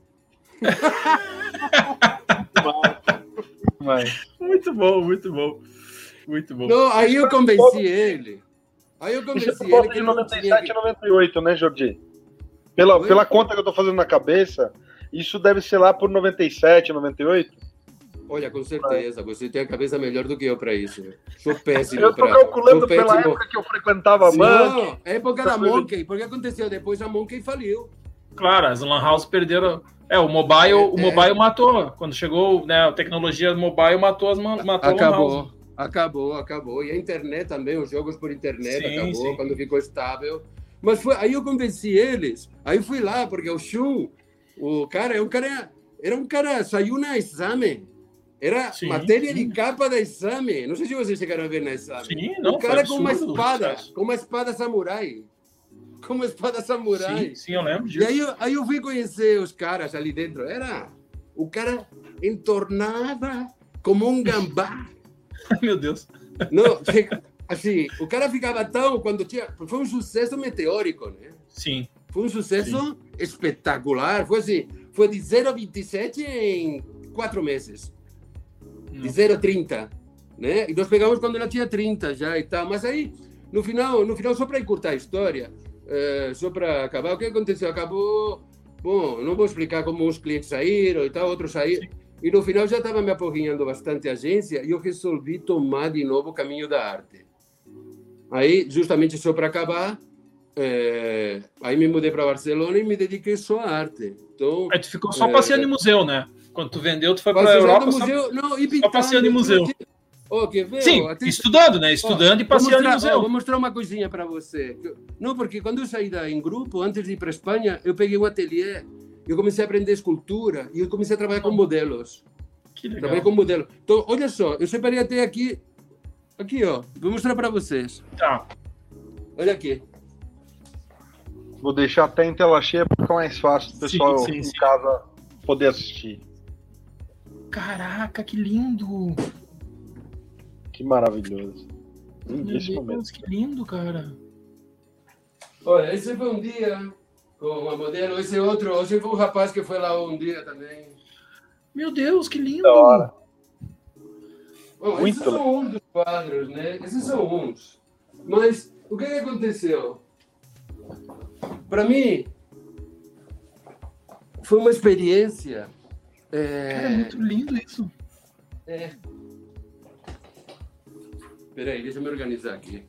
Muito bom, muito bom. Muito bom. Não, aí eu convenci ele. Isso é de 97 e 98, né, Jordi? Pela conta que eu tô fazendo na cabeça, isso deve ser lá por 97, 98? Olha, com certeza, você tem a cabeça melhor do que eu para isso. Sou péssimo. Eu tô calculando pela época que eu frequentava a Monkey. Não, época da Monkey, porque aconteceu depois, a Monkey faliu. Claro, as Lan House perderam. O mobile matou. Quando chegou, né, a tecnologia mobile matou as Lan Acabou. E a internet também, os jogos por internet, acabou quando ficou estável. Mas aí eu convenci eles. Aí fui lá, porque o Shun, era um cara, saiu na exame. Era matéria de capa da exame. Não sei se vocês chegaram a ver na exame. Sim, não, o cara com uma espada samurai. Sim, eu lembro disso. E aí eu fui conhecer os caras ali dentro. O cara entornava como um gambá. Meu Deus. Não, assim, o cara ficava tão... Foi um sucesso meteórico, né? Sim. Foi um sucesso espetacular. Foi assim, foi de 0 a 27 em 4 meses. De 0 a 30, né? E nós pegamos quando ela tinha 30 já e tal. Mas aí, no final só para encurtar a história, só para acabar, o que aconteceu? Acabou... Bom, não vou explicar como uns clientes saíram e tal, outros saíram. E no final já estava me aporrinhando bastante a agência e eu resolvi tomar de novo o caminho da arte. Aí, justamente só para acabar, aí me mudei para Barcelona e me dediquei só à arte. Então, aí tu ficou só passeando em museu, né? Quando tu vendeu, tu foi para a Europa museu, não, e pintando, só passeando em museu. Quer ver? Sim, estudando, né? Estudando e passeando em museu. Vou mostrar uma coisinha para você. Não, porque quando eu saí em grupo, antes de ir para a Espanha, eu peguei um ateliê. Eu comecei a aprender escultura e eu comecei a trabalhar com modelos. Que legal. Trabalhei com modelos. Então, olha só, eu separei até aqui, ó, vou mostrar para vocês. Tá. Olha aqui. Vou deixar até em tela cheia para ficar mais fácil o pessoal em casa poder assistir. Caraca, que lindo! Que maravilhoso. Meu Deus, que lindo, cara. Olha, esse foi um dia com uma modelo, esse foi um rapaz que foi lá um dia também. Meu Deus, que lindo! Da hora. Bom, esses são uns dos quadros, né? Esses são uns. Mas o que aconteceu? Para mim, foi uma experiência. Cara, é muito lindo isso. Peraí, deixa eu me organizar aqui.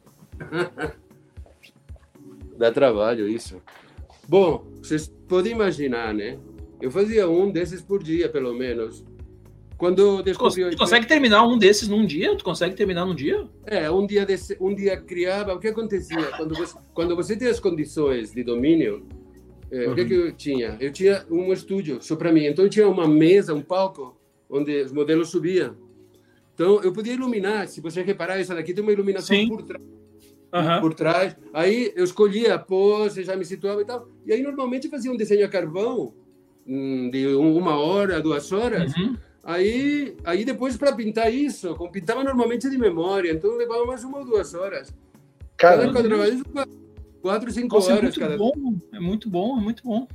Dá trabalho isso. Bom, vocês podem imaginar, né? Eu fazia um desses por dia, pelo menos. Quando eu descobri... Tu consegue terminar um desses num dia? Tu consegue terminar num dia? Um dia criava... O que acontecia? Quando você tem as condições de domínio, o que eu tinha? Eu tinha um estúdio só para mim. Então eu tinha uma mesa, um palco, onde os modelos subiam. Então eu podia iluminar. Se você reparar, isso daqui tem uma iluminação por trás. Por trás. Aí eu escolhia a pose, já me situava e tal. E aí normalmente eu fazia um desenho a carvão de 1 hora, 2 horas. Aí depois para pintar isso, pintava normalmente de memória, então levava mais 1 ou 2 horas. Cada quadro, 4 ou 5 horas. É muito bom.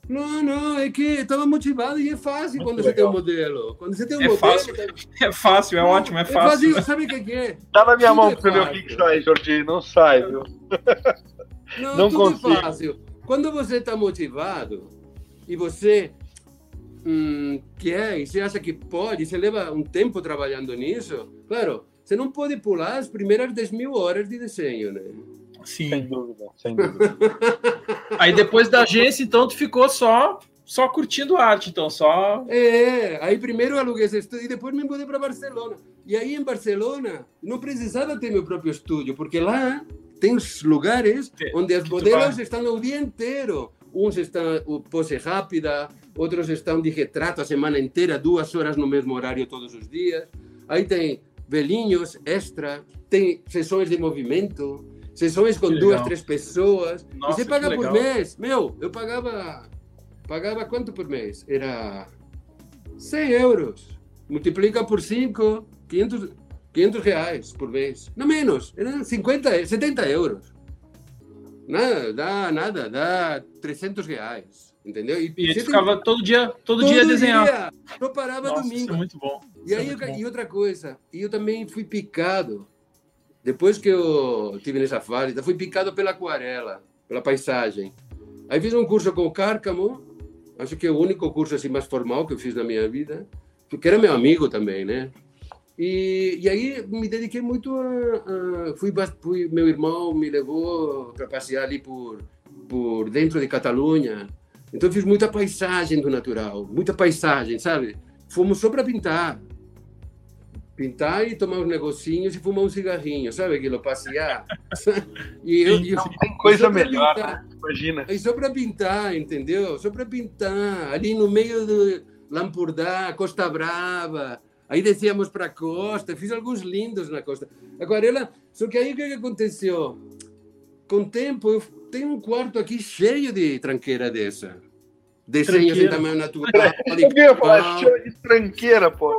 Não, é que estava motivado e é fácil quando você tem um modelo. Quando você tem um modelo... Fácil. É fácil, é ótimo, é fácil. Sabe o que é? Tá na minha Tudo mão é pra você ver o fácil. que sai, Jordi. Não sai, viu? Não Tudo consigo. é fácil. Quando você está motivado e você quer e você acha que pode, você leva um tempo trabalhando nisso, claro, você não pode pular as primeiras 10.000 horas de desenho, né? Sim. Sem dúvida, sem dúvida. Aí depois da agência, então, tu ficou só curtindo arte, então, só... Aí primeiro eu aluguei esse estúdio e depois me mudei para Barcelona. E aí em Barcelona não precisava ter meu próprio estúdio, porque lá tem os lugares onde as modelos estão o dia inteiro. Uns estão pose rápida, outros estão de retrato a semana inteira, 2 horas no mesmo horário todos os dias. Aí tem velhinhos, extra, tem sessões de movimento, sessões com 2, 3 pessoas. Nossa, e você paga que por legal. mês. Eu pagava quanto por mês? Era 100 euros. Multiplica por 5, 500 reais por mês. Não menos, eram 70 euros. Nada, dá 300 reais. Entendeu? E você ficava todo dia desenhando. Eu parava Nossa, domingo. isso é muito bom. E aí, e outra coisa, eu também fui picado. Depois que eu tive nessa fase, fui picado pela aquarela, pela paisagem. Aí fiz um curso com o Cárcamo, acho que é o único curso assim mais formal que eu fiz na minha vida, que era meu amigo também, né? E aí me dediquei muito meu irmão me levou para passear ali por dentro de Catalunha. Então fiz muita paisagem do natural, muita paisagem, sabe? Fomos só para pintar e tomar uns negocinhos e fumar um cigarrinho, sabe aquilo, passear. Não tem coisa melhor, né? Imagina. E só para pintar, entendeu? Só para pintar, ali no meio do Lampurdá, Costa Brava. Aí descíamos para a costa, fiz alguns lindos na costa. Aquarela, só que aí o que aconteceu? Com o tempo, eu tenho um quarto aqui cheio de tranqueira dessa. Desenhos em tamanho natural. Eu ia falar, chama de tranqueira, pô.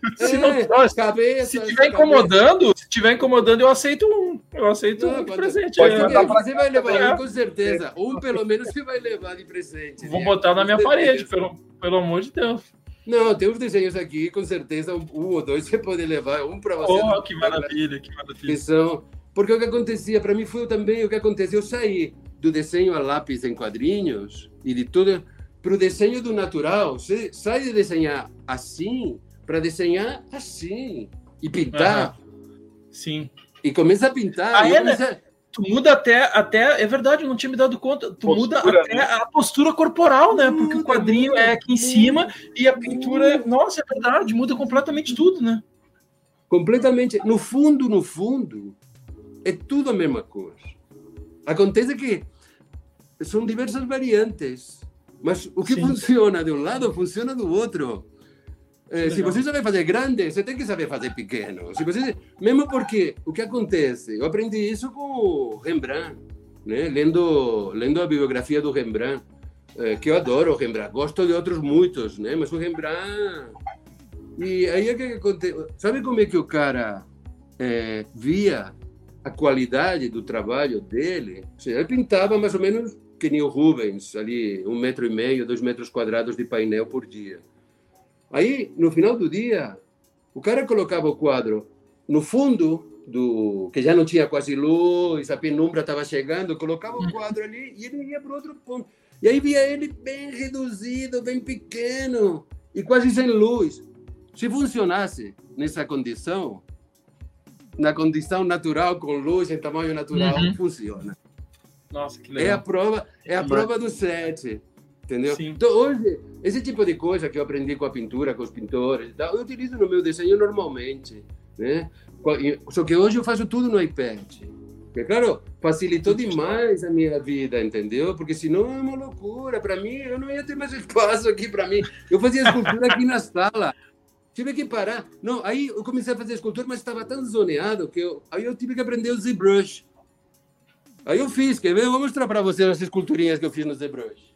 Se tiver incomodando, eu aceito um presente. Você vai levar com certeza. Pelo menos você vai levar de presente. Vou botar na minha parede, pelo amor de Deus. Não, tem uns desenhos aqui, com certeza, 1 ou 2 você pode levar, um para você. Oh, que maravilha, que maravilha. Porque o que acontecia, para mim foi também o que aconteceu, eu saí do desenho a lápis em quadrinhos e de tudo para o desenho do natural. Você sai de desenhar assim para desenhar assim e pintar. Sim. E começa a pintar. Tu muda até, é verdade, eu não tinha me dado conta, muda até a postura corporal, né? Porque o quadrinho é aqui em cima e a pintura, nossa, é verdade, muda completamente tudo, né? Completamente. No fundo, é tudo a mesma coisa. Acontece que são diversas variantes, mas o que funciona de um lado, funciona do outro. Se você sabe fazer grande, você tem que saber fazer pequeno. Mesmo porque o que acontece, eu aprendi isso com o Rembrandt, né? lendo a biografia do Rembrandt, que eu adoro o Rembrandt, gosto de outros muitos, né? Mas o Rembrandt... E aí o que acontece? Sabe como é que o cara via a qualidade do trabalho dele? Ou seja, ele pintava mais ou menos que nem o Rubens, ali 1,5 metro, 2 metros quadrados de painel por dia. Aí, no final do dia, o cara colocava o quadro no fundo, que já não tinha quase luz, a penumbra estava chegando, colocava o quadro ali e ele ia para outro ponto. E aí via ele bem reduzido, bem pequeno e quase sem luz. Se funcionasse nessa condição, na condição natural, com luz em tamanho natural, funciona. Nossa, que legal. É a prova do 7. Entendeu? Sim. Então, hoje, esse tipo de coisa que eu aprendi com a pintura, com os pintores e tal, eu utilizo no meu desenho normalmente, né? Só que hoje eu faço tudo no iPad. Porque, claro, facilitou demais a minha vida, entendeu? Porque senão é uma loucura. Para mim, eu não ia ter mais espaço aqui para mim. Eu fazia escultura aqui na sala. Tive que parar. Não, aí eu comecei a fazer escultura, mas estava tão zoneado que aí eu tive que aprender o ZBrush. Aí eu fiz, quer ver? Eu vou mostrar para vocês as esculturinhas que eu fiz no ZBrush.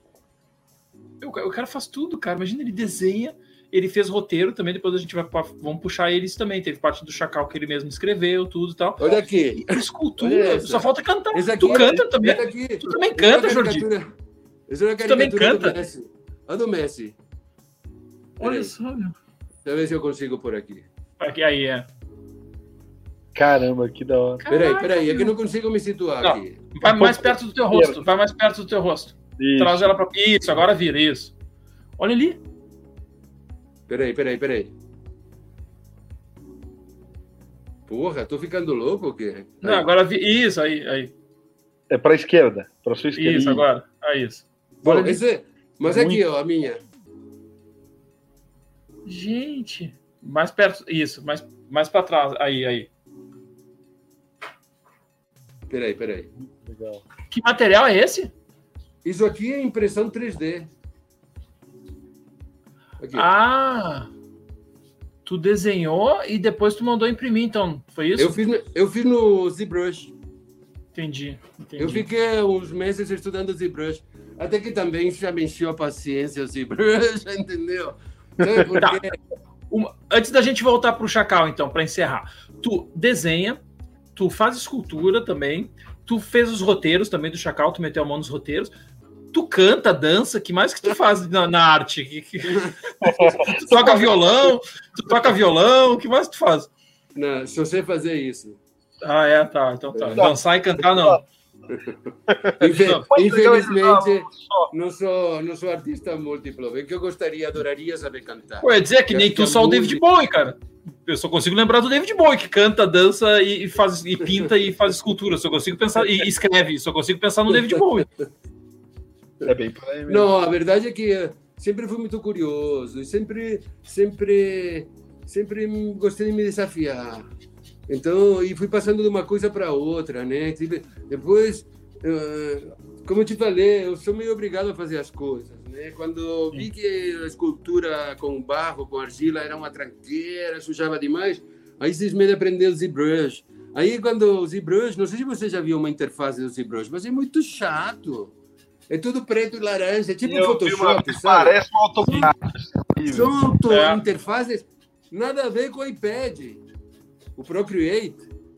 O cara faz tudo, cara. Imagina, ele desenha, ele fez roteiro também, depois a gente vamos puxar eles também. Teve parte do Chacal que ele mesmo escreveu, tudo e tal. Olha aqui. E escultura, só falta cantar. Aqui, tu canta também. Tu também canta, Jordi. Essa é uma caricatura do Messi. A do Messi. Olha só, meu. Deixa eu ver se eu consigo por aqui. Aqui, aí, é. Caramba, que da hora. Peraí, é que eu não consigo me situar aqui. Vai mais perto do teu rosto, vai mais perto do teu rosto. Isso. Traz ela pra... Isso, agora vira, isso. Olha ali. Peraí. Porra, tô ficando louco ou quê? Não, agora isso, aí. É pra esquerda, pra sua esquerda. Isso, agora. É isso. Bom, mas aqui, ó, a minha. Gente, mais perto, isso, mais pra trás, aí. Peraí. Legal. Que material é esse? Isso aqui é impressão 3D. Aqui. Ah, tu desenhou e depois tu mandou imprimir, então, foi isso? Eu fiz no ZBrush. Entendi. Eu fiquei uns meses estudando ZBrush. Até que também já me encheu a paciência o ZBrush, entendeu? Porque... Tá. Antes da gente voltar pro Chacal, então, para encerrar. Tu desenha, tu faz escultura também, tu fez os roteiros também do Chacal, tu meteu a mão nos roteiros, tu canta, dança, que mais que tu faz na arte? Tu toca violão, o que mais tu faz? Não, só sei fazer isso. Ah, tá, então tá. Dançar e cantar, não. Infelizmente, não sou artista múltiplo. Bem que eu adoraria saber cantar. Pô, ia dizer que nem tu só o David Bowie, cara. Eu só consigo lembrar do David Bowie, que canta, dança e pinta e faz escultura. Só consigo pensar e escreve. Só consigo pensar no David Bowie. É bem por aí mesmo. Não, a verdade é que sempre fui muito curioso e sempre gostei de me desafiar. Então, e fui passando de uma coisa para outra, né? Depois, como eu te falei, eu sou meio obrigado a fazer as coisas, né? Quando vi que a escultura com barro, com argila, era uma tranqueira, sujava demais, aí cismei de aprender o ZBrush. Aí, quando o ZBrush, não sei se você já viu uma interface do ZBrush, mas é muito chato. É tudo preto e laranja, é tipo Photoshop, sabe? Parece um AutoCAD. São interfaces nada a ver com o iPad. O Procreate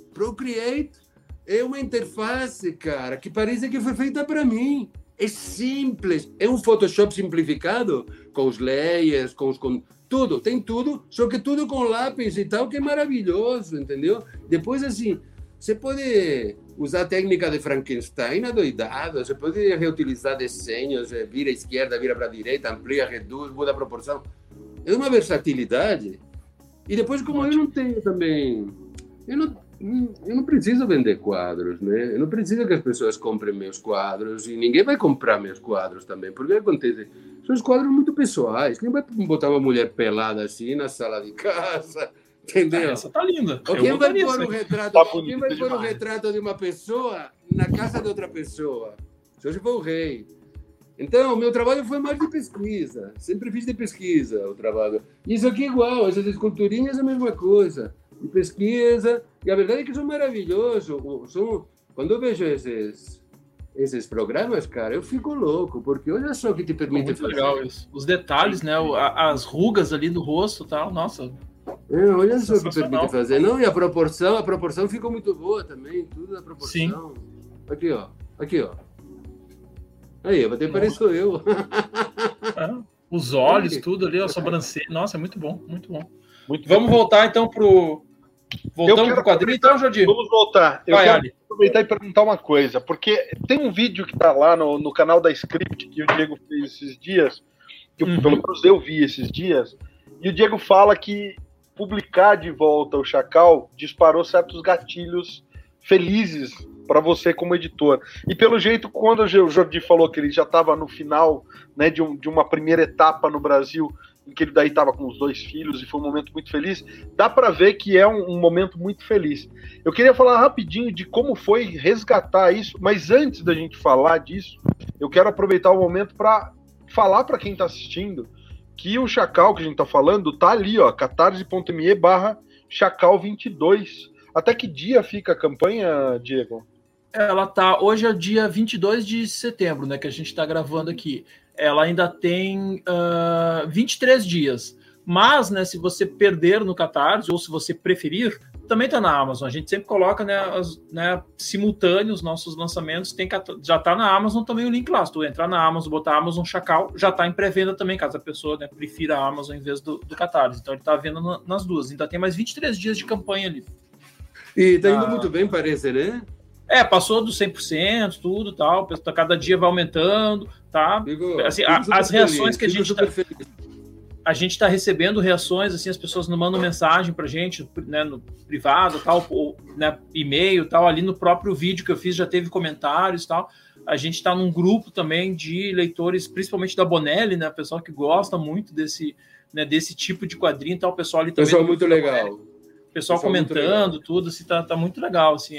é uma interface, cara, que parece que foi feita para mim. É simples, é um Photoshop simplificado, com os layers, com tudo, tem tudo, só que tudo com lápis e tal, que é maravilhoso, entendeu? Depois, assim, você pode usar a técnica de Frankenstein adoidado, você pode reutilizar desenhos, vira à esquerda, vira para a direita, amplia, reduz, muda a proporção. É uma versatilidade. E depois, como eu não tenho também... Eu não preciso vender quadros, né? Eu não preciso que as pessoas comprem meus quadros e ninguém vai comprar meus quadros também. Porque acontece? São os quadros muito pessoais. Quem vai botar uma mulher pelada assim na sala de casa? Entendeu? Essa tá linda. Ou quem vai pôr um retrato, quem vai pôr um retrato de uma pessoa na casa de outra pessoa? Se hoje for o rei. Então, o meu trabalho foi mais de pesquisa. Sempre fiz de pesquisa o trabalho. Isso aqui é igual, essas esculturinhas é a mesma coisa. De pesquisa. E a verdade é que são maravilhosos. Quando eu vejo esses programas, cara, eu fico louco, porque olha só o que te permite muito fazer. Legal isso. Os detalhes, né? As rugas ali do rosto e tal, nossa. Olha só o que permite fazer. Não, e a proporção ficou muito boa também, tudo na proporção. Sim. Aqui, ó. Aí, até pareço eu. Os olhos, tudo ali, a sobrancelha. Nossa, é muito bom, muito bom. Vamos voltar então Voltamos pro quadrinho então, Jordi? Vamos voltar. Eu quero aproveitar e perguntar uma coisa, porque tem um vídeo que tá lá no canal da Script que o Diego fez esses dias, que pelo menos eu vi esses dias, e o Diego fala que publicar de volta o Chacal disparou certos gatilhos felizes para você como editor. E pelo jeito, quando o Jordi falou que ele já estava no final, né, de uma primeira etapa no Brasil, em que ele daí estava com os 2 filhos e foi um momento muito feliz, dá para ver que é um momento muito feliz. Eu queria falar rapidinho de como foi resgatar isso, mas antes da gente falar disso, eu quero aproveitar o momento para falar para quem está assistindo que o Chacal que a gente está falando tá ali, ó, catarse.me/chacal22. Até que dia fica a campanha, Diego? Ela tá, hoje é dia 22 de setembro, né, que a gente está gravando aqui. Ela ainda tem 23 dias. Mas, né, se você perder no Catarse, ou se você preferir, também está na Amazon. A gente sempre coloca, né, simultâneo os nossos lançamentos. Já está na Amazon também o link lá. Se tu entrar na Amazon, botar Amazon Chacal, já está em pré-venda também, caso a pessoa, né, prefira a Amazon em vez do Catarse. Então ele está vendo nas duas. Ainda tem mais 23 dias de campanha ali. E está indo muito bem, parece, né? Passou dos 100%, tudo tal. Cada dia vai aumentando, tá? Assim, as reações que a gente está recebendo reações, assim, as pessoas não mandam mensagem pra gente, né, no privado, tal, ou, né, e-mail, tal, ali no próprio vídeo que eu fiz já teve comentários, tal. A gente está num grupo também de leitores, principalmente da Bonelli, né, pessoal que gosta muito desse tipo de quadrinho, tal, o pessoal ali também. Pessoal muito legal. Pessoal comentando tudo, assim, tá muito legal, assim,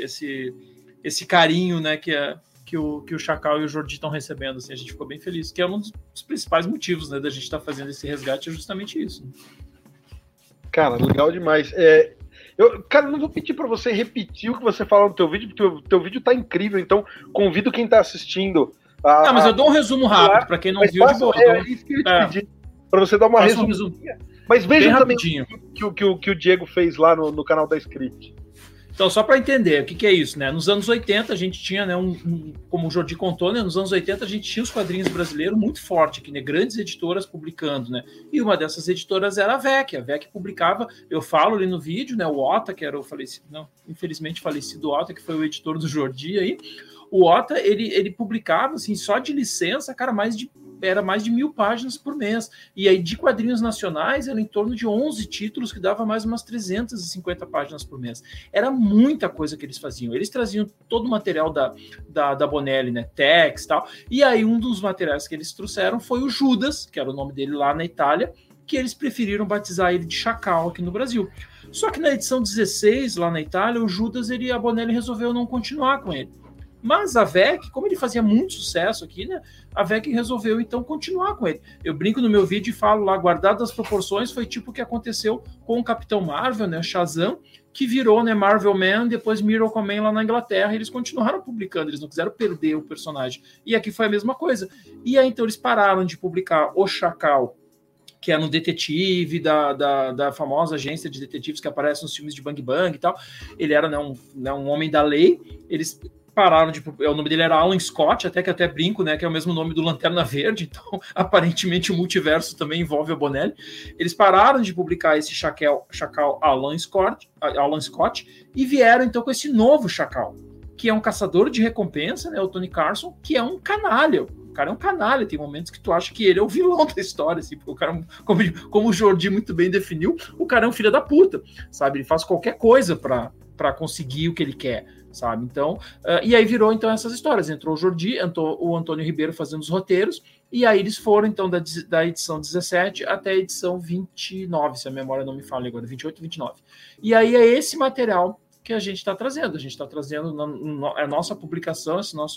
esse carinho, né, que o Chacal e o Jordi estão recebendo, assim, a gente ficou bem feliz, que é um dos principais motivos, né, da gente estar fazendo esse resgate, é justamente isso. Cara, legal demais. Cara, não vou pedir para você repetir o que você falou no teu vídeo, porque o teu vídeo tá incrível, então convido quem tá assistindo mas eu dou um resumo rápido, para quem não viu, de boa. Isso que eu ia te pedir, para você dar uma resumidinha. Mas veja também que o Diego fez lá no canal da Script. Então, só para entender o que é isso, né? Nos anos 80 a gente tinha, né, como o Jordi contou, né, nos anos 80 a gente tinha os quadrinhos brasileiros muito forte aqui, né, grandes editoras publicando, né? E uma dessas editoras era a VEC. A VEC publicava, eu falo ali no vídeo, né, o Ota, que era o falecido, não, infelizmente falecido Ota, que foi o editor do Jordi aí. O Ota, ele publicava, assim, só de licença, cara, era mais de 1000 páginas por mês. E aí, de quadrinhos nacionais, era em torno de 11 títulos, que dava mais umas 350 páginas por mês. Era muita coisa que eles faziam. Eles traziam todo o material da Bonelli, né, Tex e tal. E aí, um dos materiais que eles trouxeram foi o Judas, que era o nome dele lá na Itália, que eles preferiram batizar ele de Chacal aqui no Brasil. Só que na edição 16, lá na Itália, o Judas, a Bonelli resolveu não continuar com ele. Mas a VEC, como ele fazia muito sucesso aqui, né, a VEC resolveu, então, continuar com ele. Eu brinco no meu vídeo e falo lá, guardado as proporções, foi tipo o que aconteceu com o Capitão Marvel, né, Shazam, que virou, né, Marvel Man, depois Miracle Man lá na Inglaterra, e eles continuaram publicando, eles não quiseram perder o personagem. E aqui foi a mesma coisa. E aí, então, eles pararam de publicar o Chacal, que é no detetive da famosa agência de detetives que aparece nos filmes de Bang Bang e tal. Ele era, né, um homem da lei. Eles pararam de... O nome dele era Alan Scott, que até brinco, né, que é o mesmo nome do Lanterna Verde, então aparentemente o multiverso também envolve a Bonelli. Eles pararam de publicar esse Chacal Alan Scott e vieram então com esse novo Chacal, que é um caçador de recompensa, né, o Tony Carson, que é um canalha. O cara é um canalha, tem momentos que tu acha que ele é o vilão da história, assim, porque o cara, como o Jordi muito bem definiu, o cara é um filho da puta, sabe? Ele faz qualquer coisa para conseguir o que ele quer, sabe? Então, e aí virou então essas histórias. Entrou o Jordi, entrou o Antônio Ribeiro fazendo os roteiros, e aí eles foram então da edição 17 até a edição 29, se a memória não me falha agora, 28 e 29. E aí é esse material que a gente está trazendo. A gente está trazendo a nossa publicação,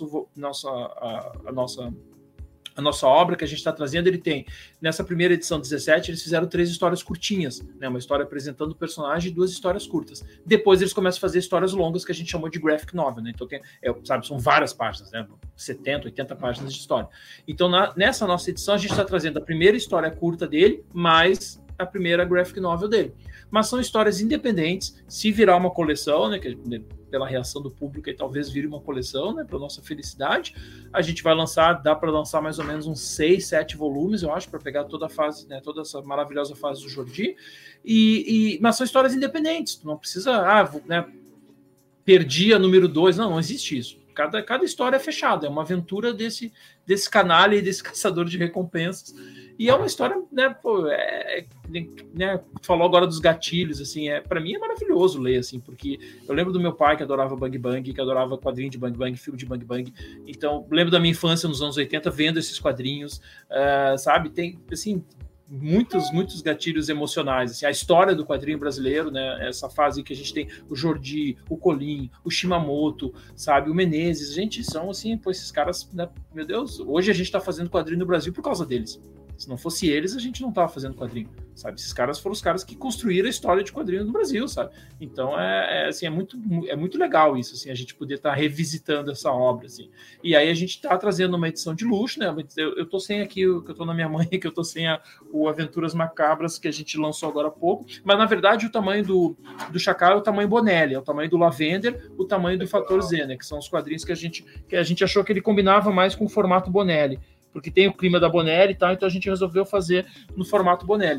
a nossa obra que a gente está trazendo. Ele tem, nessa primeira edição 17, eles fizeram 3 histórias curtinhas, né? Uma história apresentando o personagem e 2 histórias curtas. Depois eles começam a fazer histórias longas que a gente chamou de graphic novel, né? Então são várias páginas, né? 70, 80 páginas de história. Então nessa nossa edição a gente está trazendo a primeira história curta dele, mais a primeira graphic novel dele. Mas são histórias independentes. Se virar uma coleção, né, que pela reação do público, e talvez vire uma coleção, né, para nossa felicidade, a gente vai lançar, dá para lançar mais ou menos uns 6, 7 volumes, eu acho, para pegar toda a fase, né, toda essa maravilhosa fase do Jordi. Mas são histórias independentes. Tu não precisa, né, perdi a número 2. Não existe isso. Cada história é fechada, é uma aventura desse canalha e desse caçador de recompensas. E é uma história, né, né, falou agora dos gatilhos, assim, para mim é maravilhoso ler, assim, porque eu lembro do meu pai que adorava Bang Bang, que adorava quadrinho de Bang Bang, filme de Bang Bang, então lembro da minha infância nos anos 80 vendo esses quadrinhos, sabe, tem, assim, muitos gatilhos emocionais, assim, a história do quadrinho brasileiro, né, essa fase que a gente tem o Jordi, o Colin, o Shimamoto, sabe, o Menezes, gente, são assim, pô, esses caras, né, meu Deus, hoje a gente tá fazendo quadrinho no Brasil por causa deles, Se não fosse eles, a gente não tava fazendo quadrinho, sabe? Esses caras foram os caras que construíram a história de quadrinhos no Brasil, sabe? Então, assim, é muito legal isso, assim, a gente poder estar revisitando essa obra, assim. E aí a gente tá trazendo uma edição de luxo, né? Eu tô sem aqui, que eu tô na minha mãe, que eu tô sem o Aventuras Macabras, que a gente lançou agora há pouco, mas na verdade o tamanho do Chacal é o tamanho Bonelli, é o tamanho do Lavender, o tamanho do Fator Z, né? Que são os quadrinhos que a gente achou que ele combinava mais com o formato Bonelli, porque tem o clima da Bonelli e tal, então a gente resolveu fazer no formato Bonelli.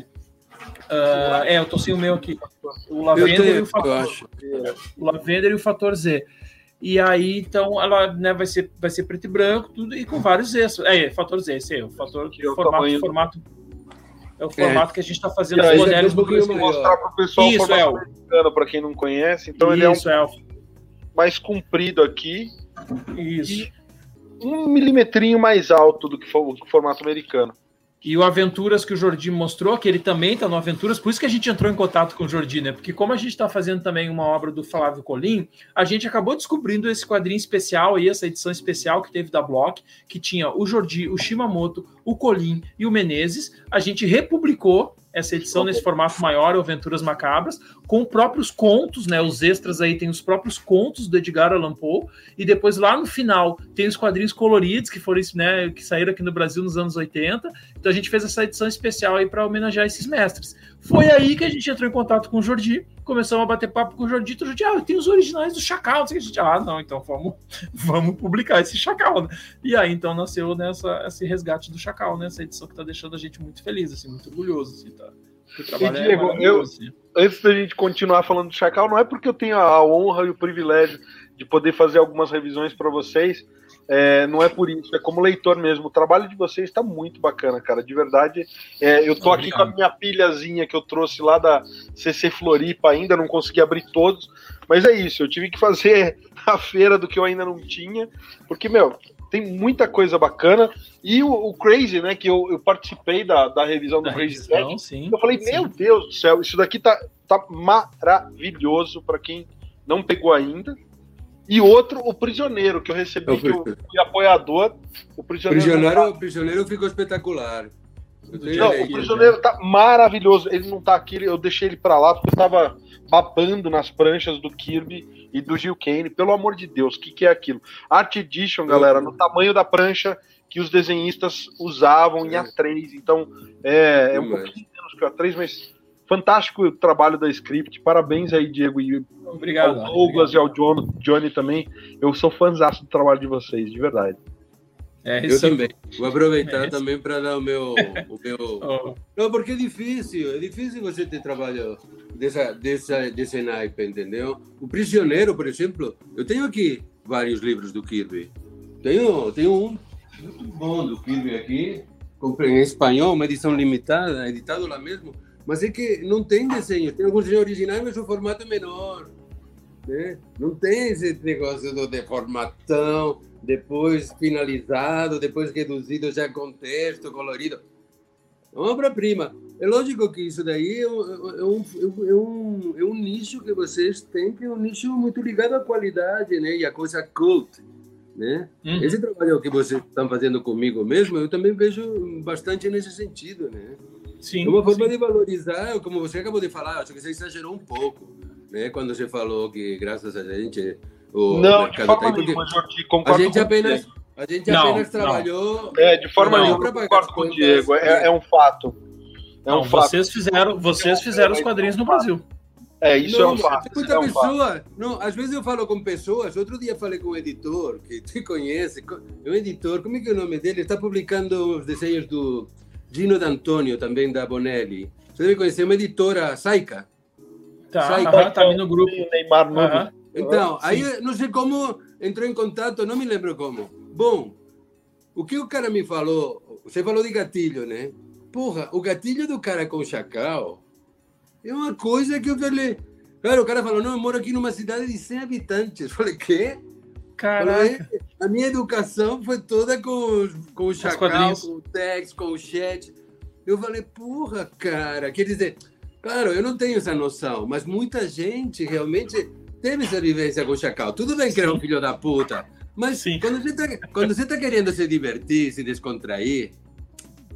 Eu tô sem o meu aqui. O Lavender e o Fator. O Lavender e o Fator Z. E aí, então, ela, né, vai ser preto e branco, tudo, e com vários extras. Fator Z, esse é o Fator que formato. É o formato que a gente está fazendo os Bonelli no Brasil. Mostrar para o pessoal o formato americano, para quem não conhece. Então, ele é mais comprido aqui. Isso. E 1 milimetrinho mais alto do que o formato americano. E o Aventuras que o Jordi mostrou, que ele também está no Aventuras, por isso que a gente entrou em contato com o Jordi, né? Porque como a gente está fazendo também uma obra do Flávio Colim, a gente acabou descobrindo esse quadrinho especial aí, essa edição especial que teve da Block, que tinha o Jordi, o Shimamoto, o Colim e o Menezes. A gente republicou essa edição nesse formato maior, Aventuras Macabras, com próprios contos, né? Os extras aí tem os próprios contos do Edgar Allan Poe, e depois lá no final tem os quadrinhos coloridos que foram, né, que saíram aqui no Brasil nos anos 80. Então a gente fez essa edição especial aí para homenagear esses mestres. Foi aí que a gente entrou em contato com o Jordi, começamos a bater papo com o Jordi, então o Jordi, tem os originais do Chacal, não sei o que a gente, não, então vamos publicar esse Chacal, né? E aí então nasceu esse resgate do Chacal, né? Essa edição que tá deixando a gente muito feliz, assim, muito orgulhoso, assim, tá? O trabalho e Diego, assim. Antes da gente continuar falando do Chacal, não é porque eu tenho a honra e o privilégio de poder fazer algumas revisões para vocês, não é por isso, é como leitor mesmo. O trabalho de vocês está muito bacana, cara, de verdade. Eu tô aqui com a minha pilhazinha que eu trouxe lá da CC Floripa, ainda não consegui abrir todos, mas é isso, eu tive que fazer a feira do que eu ainda não tinha, porque, tem muita coisa bacana. E o Crazy, né, que eu participei da revisão do Crazy Set, sim, eu falei, meu Deus do céu, isso daqui tá maravilhoso para quem não pegou ainda. E outro, o Prisioneiro, que eu recebi, que eu fui apoiador. O Prisioneiro ficou espetacular. O Prisioneiro tá maravilhoso. Ele não tá aqui, eu deixei ele para lá, porque eu tava babando nas pranchas do Kirby e do Gil Kane. Pelo amor de Deus, o que é aquilo? Art Edition, galera, no tamanho da prancha que os desenhistas usavam em A3. Então, é um pouquinho menos que o A3, mas fantástico o trabalho da Script. Parabéns aí, Diego, e obrigado, ao Douglas e ao Johnny também. Eu sou fãzaço do trabalho de vocês, de verdade. Eu também. Vou aproveitar também para dar o meu... Não, porque é difícil você ter trabalho desse naipe, entendeu? O Prisioneiro, por exemplo, eu tenho aqui vários livros do Kirby. Tenho um muito bom do Kirby aqui, comprei em espanhol, uma edição limitada, editado lá mesmo, mas é que não tem desenho, tem alguns desenhos originais, mas o formato é menor, né? Não tem esse negócio de formatão, depois finalizado, depois reduzido já com texto, colorido. É uma obra-prima. É lógico que isso daí é um nicho que vocês têm, que é um nicho muito ligado à qualidade, né? E a coisa cult, né? Esse trabalho que vocês estão fazendo comigo mesmo, eu também vejo bastante nesse sentido, né? Sim, é uma forma de valorizar, como você acabou de falar, acho que você exagerou um pouco, né? Quando você falou que graças a gente o não, de forma nenhuma, Jordi, concordo a gente apenas trabalhou... de forma nenhuma, concordo com o Diego, é um fato. Fato. Vocês fizeram os quadrinhos no Brasil. Isso é um fato. Muita pessoa... Não, às vezes eu falo com pessoas, outro dia falei com um editor, que te conhece, é um editor, como é que é o nome dele? Está publicando os desenhos do Gino D'Antonio, também da Bonelli. Você deve conhecer uma editora, Saika. Tá ali no grupo. Neymar Novo. Então, aí não sei como entrou em contato, não me lembro como. Bom, o que o cara me falou, você falou de gatilho, né? Porra, o gatilho do cara com o Chacal é uma coisa que eu falei... Claro, o cara falou, não, eu moro aqui numa cidade de 100 habitantes. Eu falei, quê? Caraca. A minha educação foi toda com o Chacal, com o text, com o chat. Eu falei, porra, cara, quer dizer... Claro, eu não tenho essa noção, mas muita gente realmente... teve essa vivência com o Chacal. Tudo bem que era um filho da puta, mas quando você tá querendo se divertir, se descontrair,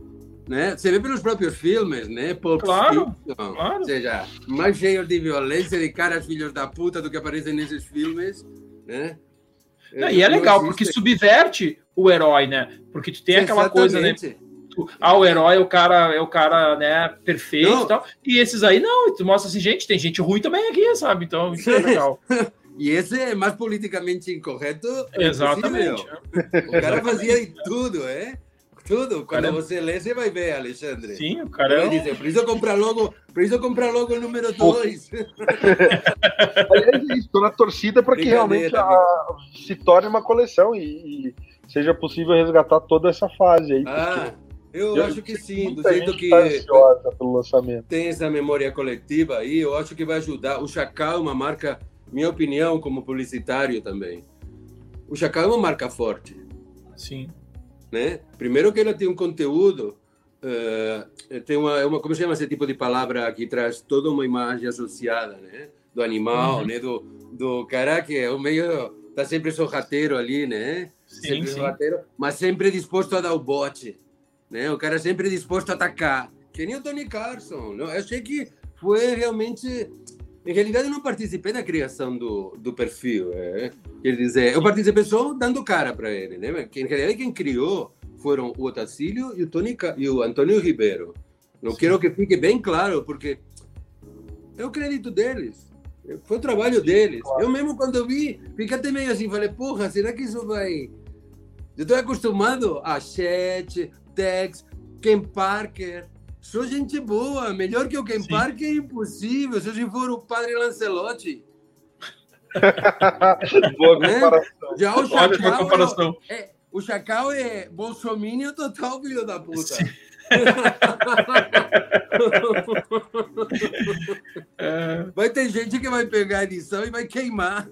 né? Você vê pelos próprios filmes, né? Pulp Claro, Fiction, claro. ou seja, mais cheio de violência, de caras filhos da puta do que aparecem nesses filmes, né? Não, e é legal, porque subverte o herói, né? Porque tu tem aquela coisa, né? O herói é o cara, né, perfeito e tal. E esses aí, não, tu mostra assim, gente, tem gente ruim também aqui, sabe? Então, isso é legal. E esse é mais politicamente incorreto. Exatamente. O cara fazia de tudo, é? Tudo. Quando você lê, você vai ver, Alexandre. Sim, o cara dizer, preciso comprar logo o número 2. Aliás, é isso, estou na torcida para que realmente se torne uma coleção e seja possível resgatar toda essa fase aí. Eu acho que sim, do jeito que ansiosa pelo lançamento. Tem essa memória coletiva aí, eu acho que vai ajudar. O Chacal é uma marca, minha opinião, como publicitário também. O Chacal é uma marca forte. Sim. Né? Primeiro que ela tem um conteúdo, tem uma como se chama esse tipo de palavra que traz toda uma imagem associada, né? Do animal, né? Do cara que é o meio, tá sempre sorrateiro ali, né? Sim, sorrateiro, mas sempre disposto a dar o bote, né? O cara sempre disposto a atacar. Que nem o Tony Carson. Eu achei que foi realmente... Em realidade, eu não participei da criação do perfil. Quer dizer, eu participei só dando cara para ele, né? Que, em realidade, quem criou foram o Otacílio e o Antônio Ribeiro. Não quero que fique bem claro, porque é o crédito deles. Foi o trabalho deles. Claro. Eu mesmo, quando eu vi, fiquei até meio assim, falei, porra, será que isso vai... Eu estou acostumado a Chet, Tex, Ken Parker... Sou gente boa, melhor que o Ken Parker é impossível, se eu for o padre Lancelotti. Boa comparação. Já o Chacal, ótima comparação. O Chacal é bolsominion total, filho da puta. Vai ter gente que vai pegar a edição e vai queimar.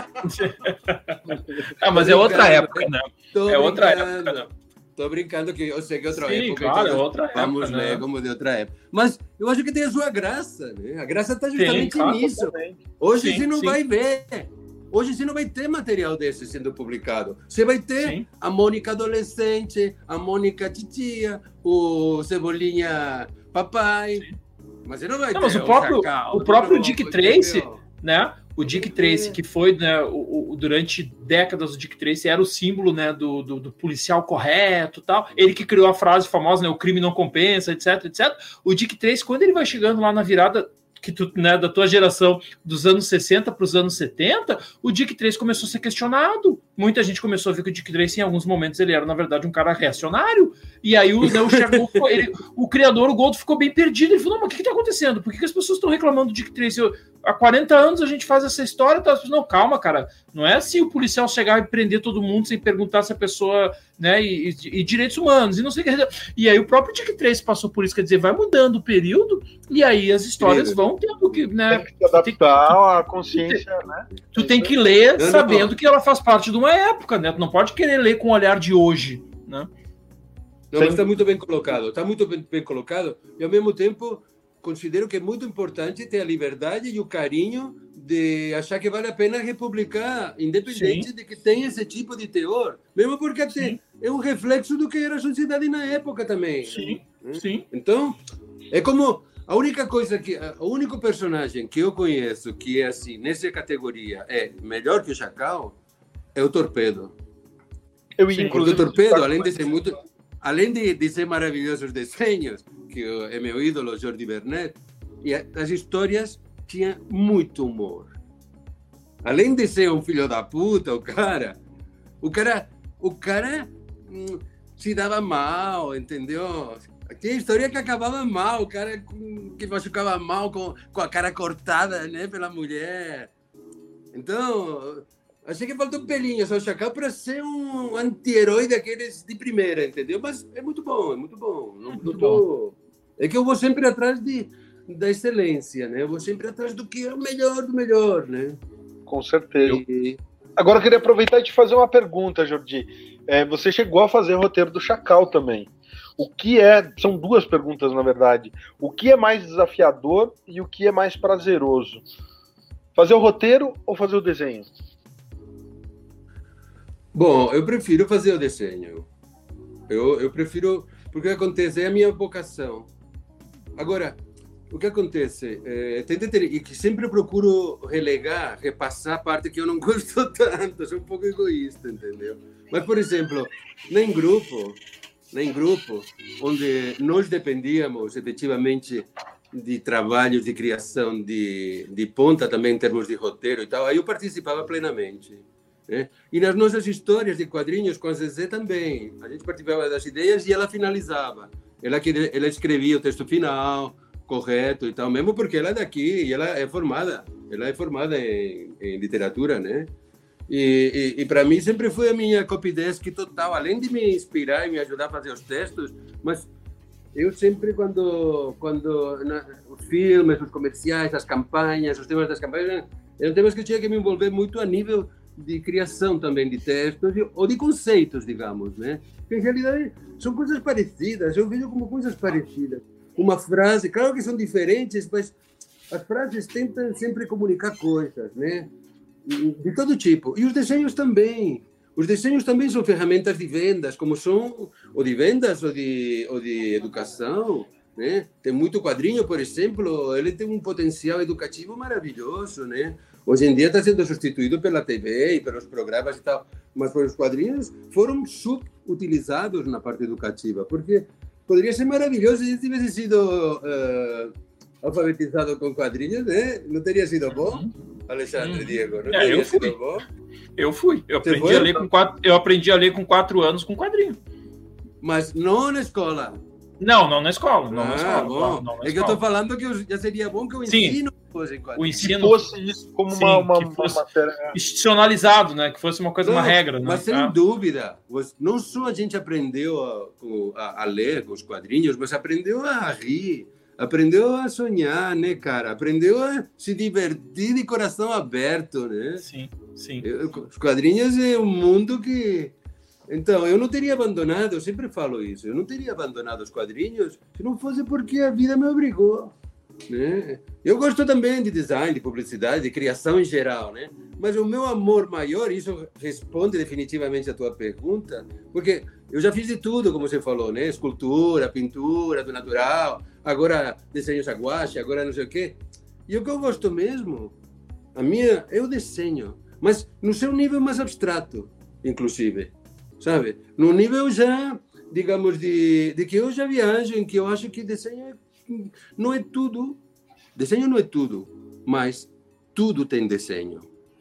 Mas é outra época, né? É outra época, né? Tô brincando que eu sei que é outra época. Claro, é outra época. Vamos ler como de outra época. Mas eu acho que tem a sua graça, né? A graça está justamente nisso. Hoje você não vai ver. Hoje você não vai ter material desse sendo publicado. Você vai ter a Mônica adolescente, a Mônica titia, o Cebolinha papai. Mas você não vai ter mas o próprio Dick Tracy, né? O Dick Tracy, que foi, né, durante décadas, o Dick Tracy era o símbolo, né, do policial correto e tal. Ele que criou a frase famosa, né, o crime não compensa, etc, etc. O Dick Tracy, quando ele vai chegando lá na virada da tua geração dos anos 60 para os anos 70, o Dick Tracy começou a ser questionado. Muita gente começou a ver que o Dick Tracy, em alguns momentos, ele era, na verdade, um cara reacionário. E aí o criador, o Gold, ficou bem perdido. Ele falou, não, mas o que está acontecendo? Por que as pessoas estão reclamando do Dick Tracy? Há 40 anos a gente faz essa história, tá? Não, calma, cara. Não é assim o policial chegar e prender todo mundo sem perguntar se a pessoa, né, e direitos humanos, e não sei o que. E aí o próprio Dick Tracy passou por isso, quer dizer, vai mudando o período, e aí as histórias vão tendo que, né? Tem que se adaptar à consciência, né? Tu tem que ler sabendo que ela faz parte de uma época, né? Tu não pode querer ler com o olhar de hoje, né? Não, mas está muito bem colocado. Está muito bem colocado. E, ao mesmo tempo, considero que é muito importante ter a liberdade e o carinho de achar que vale a pena republicar, independente de que tenha esse tipo de teor. Mesmo porque é um reflexo do que era a sociedade na época também. Sim. Então, é como... o único personagem que eu conheço que é assim, nessa categoria, é melhor que o Chacal, é o Torpedo. Porque o Torpedo, além de ser maravilhosos desenhos, que é meu ídolo, Jordi Bernet, e as histórias tinham muito humor. Além de ser um filho da puta, o cara se dava mal, entendeu? Tinha história que acabava mal, o cara que machucava mal com a cara cortada, né, pela mulher. Então, achei que faltou um pelinho só o Chacal para ser um anti-herói daqueles de primeira, entendeu? Mas é muito bom. É que eu vou sempre atrás da excelência, né? Eu vou sempre atrás do que é o melhor do melhor, né? Com certeza. Agora eu queria aproveitar e te fazer uma pergunta, Jordi. Você chegou a fazer o roteiro do Chacal também. São duas perguntas, na verdade. O que é mais desafiador e o que é mais prazeroso? Fazer o roteiro ou fazer o desenho? Bom, eu prefiro fazer o desenho. Eu prefiro... porque o que acontece é a minha vocação. Agora, o que acontece? E que sempre procuro repassar a parte que eu não gosto tanto, sou um pouco egoísta, entendeu? Mas, por exemplo, nem grupo, onde nós dependíamos efetivamente de trabalhos de criação de ponta também em termos de roteiro e tal, aí eu participava plenamente. Né? E nas nossas histórias de quadrinhos com a Zezé também, a gente participava das ideias e ela finalizava. Ela escrevia o texto final, correto e tal, mesmo porque ela é daqui e ela é formada em literatura, né? E para mim sempre foi a minha copydesk total, além de me inspirar e me ajudar a fazer os textos, mas eu sempre quando os filmes, os comerciais, as campanhas, os temas das campanhas, eram temas que eu tinha que me envolver muito a nível de criação também de textos ou de conceitos, digamos, né? Que em realidade são coisas parecidas, eu vejo como coisas parecidas. Uma frase, claro que são diferentes, mas as frases tentam sempre comunicar coisas, né? De todo tipo. E os desenhos também. Os desenhos também são ferramentas de vendas, como são ou de vendas ou de educação, né? Tem muito quadrinho, por exemplo, ele tem um potencial educativo maravilhoso, né? Hoje em dia está sendo substituído pela TV e pelos programas e tal, mas os quadrinhos foram subutilizados na parte educativa, porque poderia ser maravilhoso se tivesse sido alfabetizado com quadrinhos, né? Não teria sido bom, Alexandre, Diego? Não teria sido bom? Eu fui. Eu aprendi a ler com 4 anos com quadrinho. Mas não na escola. Não na escola. Não na escola. Bom. Não na que eu estou falando que já seria bom que o ensino fosse em quadrinho. O ensino que fosse isso como uma matéria institucionalizado, né? Que fosse uma coisa, uma regra. Mas sem dúvida, não só a gente aprendeu a ler com os quadrinhos, mas aprendeu a rir, aprendeu a sonhar, né, cara? Aprendeu a se divertir de coração aberto, né? Sim. Os quadrinhos é um mundo que... Então, eu não teria abandonado, eu sempre falo isso, eu não teria abandonado os quadrinhos se não fosse porque a vida me obrigou, né? Eu gosto também de design, de publicidade, de criação em geral, né? Mas o meu amor maior, isso responde definitivamente à tua pergunta, porque eu já fiz de tudo, como você falou, né? Escultura, pintura do natural, agora desenhos a guache, agora não sei o quê. E o que eu gosto mesmo, é o desenho, mas no seu nível mais abstrato, inclusive. Sabe? No nível já, digamos, de que eu já viajo, em que eu acho que desenho não é tudo. Desenho não é tudo, mas tudo tem desenho.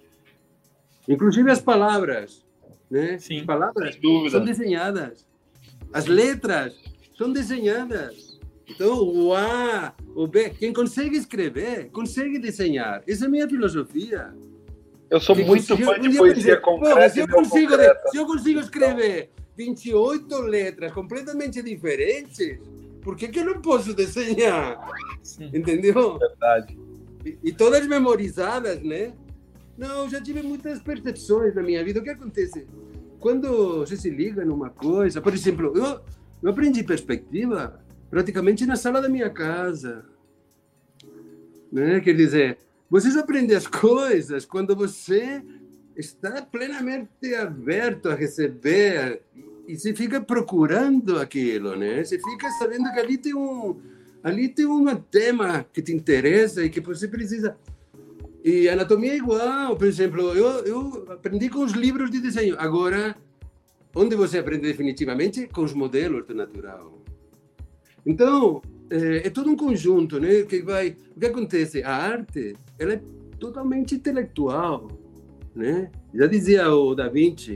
Inclusive as palavras, né? Sim, as palavras são desenhadas. As letras são desenhadas. Então, o A, o B, quem consegue escrever, consegue desenhar. Essa é a minha filosofia. Eu sou muito fã de poesia concreta. Se eu consigo escrever 28 letras completamente diferentes, por que eu não posso desenhar? Sim. Entendeu? Verdade. E todas memorizadas, né? Não, eu já tive muitas percepções na minha vida. O que acontece? Quando você se liga numa coisa... Por exemplo, eu aprendi perspectiva praticamente na sala da minha casa. Né? Quer dizer... Você só aprende as coisas quando você está plenamente aberto a receber e você fica procurando aquilo, né? Você fica sabendo que ali tem um tema que te interessa e que você precisa. E a anatomia é igual, por exemplo, eu aprendi com os livros de desenho. Agora, onde você aprende definitivamente? Com os modelos do natural. Então, é todo um conjunto, né? O que acontece? A arte, ela é totalmente intelectual, né? Já dizia o Da Vinci,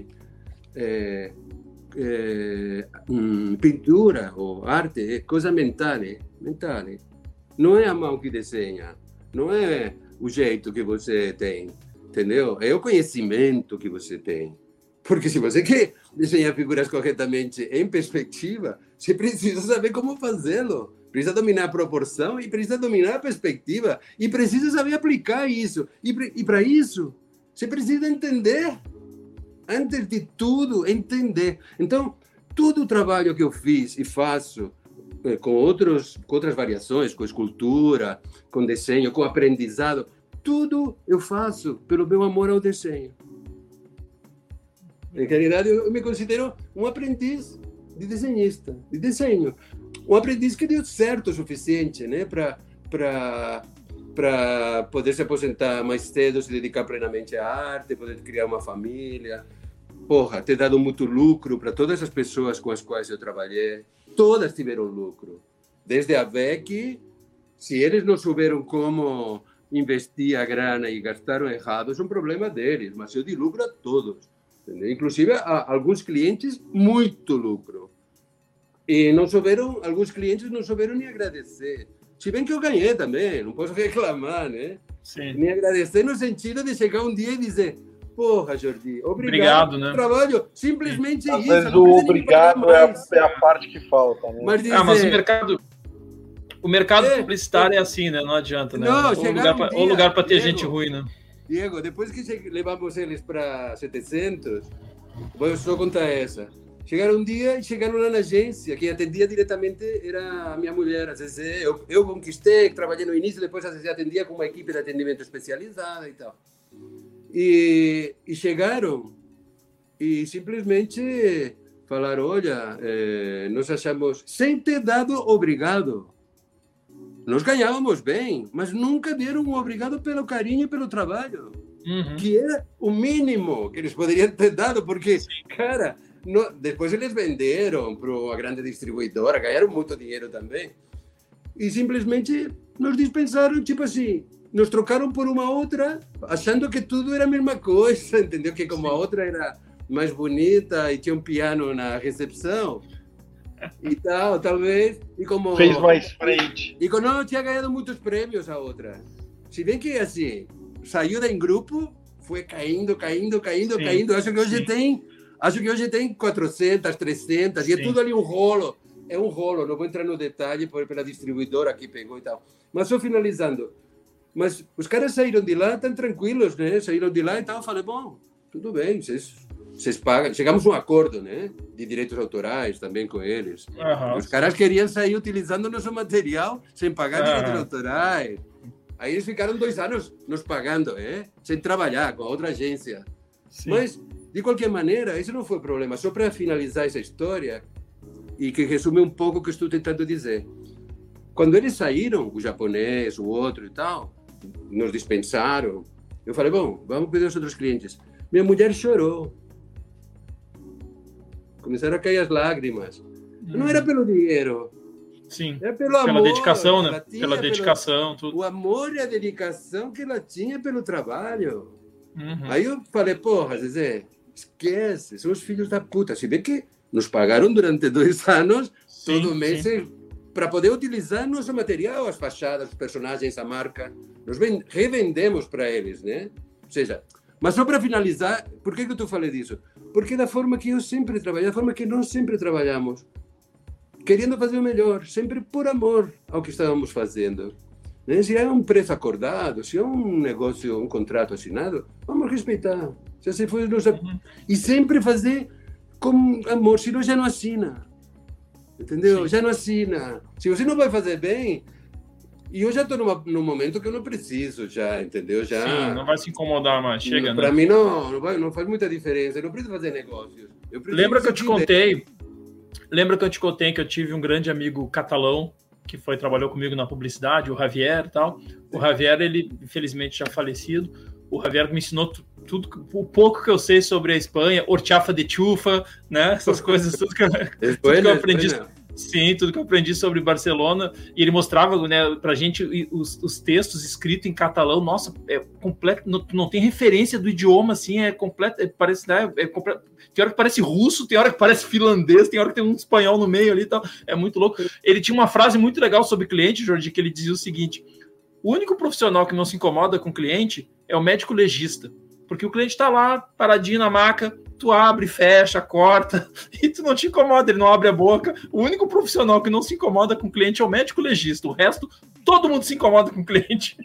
pintura ou arte é coisa mental. Não é a mão que desenha, não é o jeito que você tem, entendeu? É o conhecimento que você tem. Porque se você quer desenhar figuras corretamente em perspectiva, você precisa saber como fazê-lo. Precisa dominar a proporção e precisa dominar a perspectiva. E precisa saber aplicar isso. E para isso, você precisa entender. Antes de tudo, entender. Então, todo o trabalho que eu fiz e faço com outras variações, com escultura, com desenho, com aprendizado, tudo eu faço pelo meu amor ao desenho. Em realidade, eu me considero um aprendiz de desenhista, de desenho. Um aprendiz que deu certo o suficiente, né, para poder se aposentar mais cedo, se dedicar plenamente à arte, poder criar uma família. Porra, ter dado muito lucro para todas as pessoas com as quais eu trabalhei. Todas tiveram lucro. Desde a VEC, se eles não souberam como investir a grana e gastaram errado, é um problema deles, mas eu dei lucro a todos. Entendeu? Inclusive a alguns clientes, muito lucro. E não souberam, alguns clientes não souberam nem agradecer. Se bem que eu ganhei também, não posso reclamar, né? Sim. Nem agradecer no sentido de chegar um dia e dizer: porra, Jordi, obrigado né? pelo trabalho. Simplesmente Às isso. vezes o obrigado é a parte que falta, né? Mas, dizer, mas o mercado publicitário é assim, né? Não adianta, né? Não, o lugar para ter gente ruim, né? Diego, depois que levamos eles para 700, vou só contar essa. Chegaram um dia e chegaram lá na agência. Quem atendia diretamente era a minha mulher, a Zezé. Eu conquistei, trabalhei no início, depois a Zezé atendia com uma equipe de atendimento especializada e tal. E chegaram e simplesmente falaram: olha, nós achamos, sem ter dado obrigado. Nós ganhávamos bem, mas nunca deram um obrigado pelo carinho e pelo trabalho, que era o mínimo que eles poderiam ter dado, porque, cara, depois eles venderam para uma grande distribuidora, ganharam muito dinheiro também, e simplesmente nos dispensaram, tipo assim, nos trocaram por uma outra, achando que tudo era a mesma coisa, entendeu? Que como a outra era mais bonita e tinha um piano na recepção, e tal, talvez, e como fez mais frente, e como não tinha ganhado muitos prêmios a outra, se bem que assim saiu em grupo, foi caindo, acho que hoje tem 400, 300, e é tudo ali um rolo, não vou entrar no detalhe pela distribuidora que pegou e tal, mas só finalizando, mas os caras saíram de lá tão tranquilos, né, saíram de lá e tal, falei, bom, tudo bem, vocês pagam. Chegamos a um acordo, né, de direitos autorais também com eles. Os caras queriam sair utilizando nosso material sem pagar direitos autorais. Aí eles ficaram 2 anos nos pagando, sem trabalhar com a outra agência. Sim. Mas, de qualquer maneira, esse não foi o problema. Só para finalizar essa história, e que resume um pouco o que estou tentando dizer. Quando eles saíram, o japonês, o outro e tal, nos dispensaram, eu falei, bom, vamos pedir aos outros clientes. Minha mulher chorou. Começaram a cair as lágrimas. Não era pelo dinheiro. Sim. Era pelo amor. Pela dedicação, né? Pela dedicação, tudo. O amor e a dedicação que ela tinha pelo trabalho. Aí eu falei, porra, Zezé, esquece, são os filhos da puta. Se bem que nos pagaram durante 2 anos, todo mês, para poder utilizar nosso material, as fachadas, os personagens, a marca. Nós revendemos para eles, né? Ou seja, mas só para finalizar, por que eu te falei disso? Porque é da forma que eu sempre trabalhei, da forma que nós sempre trabalhamos, querendo fazer o melhor, sempre por amor ao que estávamos fazendo. Né? Se é um preço acordado, se é um negócio, um contrato assinado, vamos respeitar. Se assim foi nossa... E sempre fazer com amor, senão já não assina. Entendeu? Sim. Já não assina. Se você não vai fazer bem... E eu já estou num momento que eu não preciso, já, entendeu? Já, sim, não vai se incomodar mais, chega, para mim não faz muita diferença, eu não preciso fazer negócios. Lembra que eu te contei que eu tive um grande amigo catalão que trabalhou comigo na publicidade, o Javier e tal. O Javier, ele infelizmente já falecido. O Javier me ensinou tudo, o pouco que eu sei sobre a Espanha, horchata de chufa, né? Essas coisas, tudo que eu aprendi. Sim, tudo que eu aprendi sobre Barcelona, e ele mostrava, né, pra gente os textos escritos em catalão. Nossa, é completo, não tem referência do idioma, assim, é completo, parece, né, tem hora que parece russo, tem hora que parece finlandês, tem hora que tem um espanhol no meio ali e tal, é muito louco. Ele tinha uma frase muito legal sobre cliente, Jordi, que ele dizia o seguinte: o único profissional que não se incomoda com o cliente é o médico legista, porque o cliente tá lá, paradinho na maca, tu abre, fecha, corta, e tu não te incomoda, ele não abre a boca. O único profissional que não se incomoda com o cliente é o médico legista. O resto, todo mundo se incomoda com o cliente.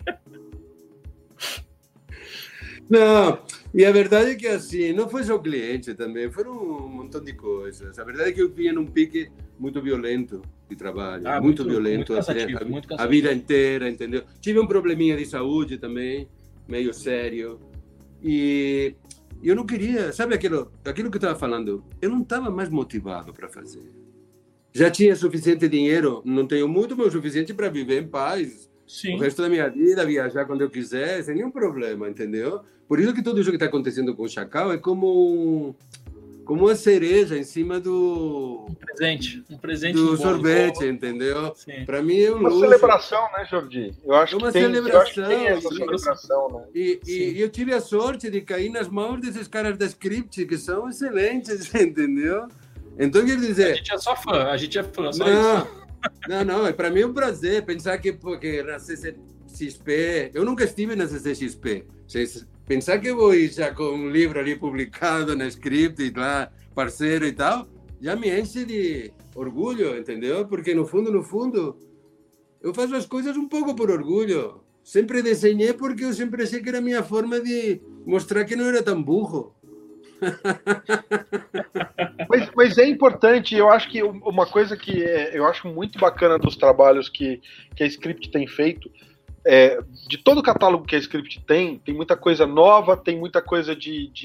Não, e a verdade é que assim, não foi só o cliente também, foram um montão de coisas. A verdade é que eu vinha num pique muito violento de trabalho, muito violento, muito cansativo, muito cansativo. A vida inteira, entendeu? Tive um probleminha de saúde também, meio sério, e eu não queria, sabe aquilo que eu estava falando? Eu não estava mais motivado para fazer. Já tinha suficiente dinheiro, não tenho muito, mas o suficiente para viver em paz. Sim. O resto da minha vida, viajar quando eu quiser, sem nenhum problema, entendeu? Por isso que tudo isso que está acontecendo com o Chacal é como uma cereja em cima do... Um presente do sorvete, entendeu? Para mim é um uma luxo. celebração, né, Jordi? Eu acho que tem essa sim. celebração, né? E eu tive a sorte de cair nas mãos desses caras da Script, que são excelentes, entendeu? Então, quer dizer... A gente é fã, só isso. Não, para mim é um prazer pensar que porque na CCXP... Eu nunca estive na CCXP. Pensar que vou ir já com um livro ali publicado na Script e lá, parceiro e tal, já me enche de orgulho, entendeu? Porque no fundo, eu faço as coisas um pouco por orgulho. Sempre desenhei porque eu sempre achei que era a minha forma de mostrar que não era tão burro. Mas é importante, eu acho que uma coisa que eu acho muito bacana dos trabalhos que a Script tem feito, de todo o catálogo que a Script tem muita coisa nova, tem muita coisa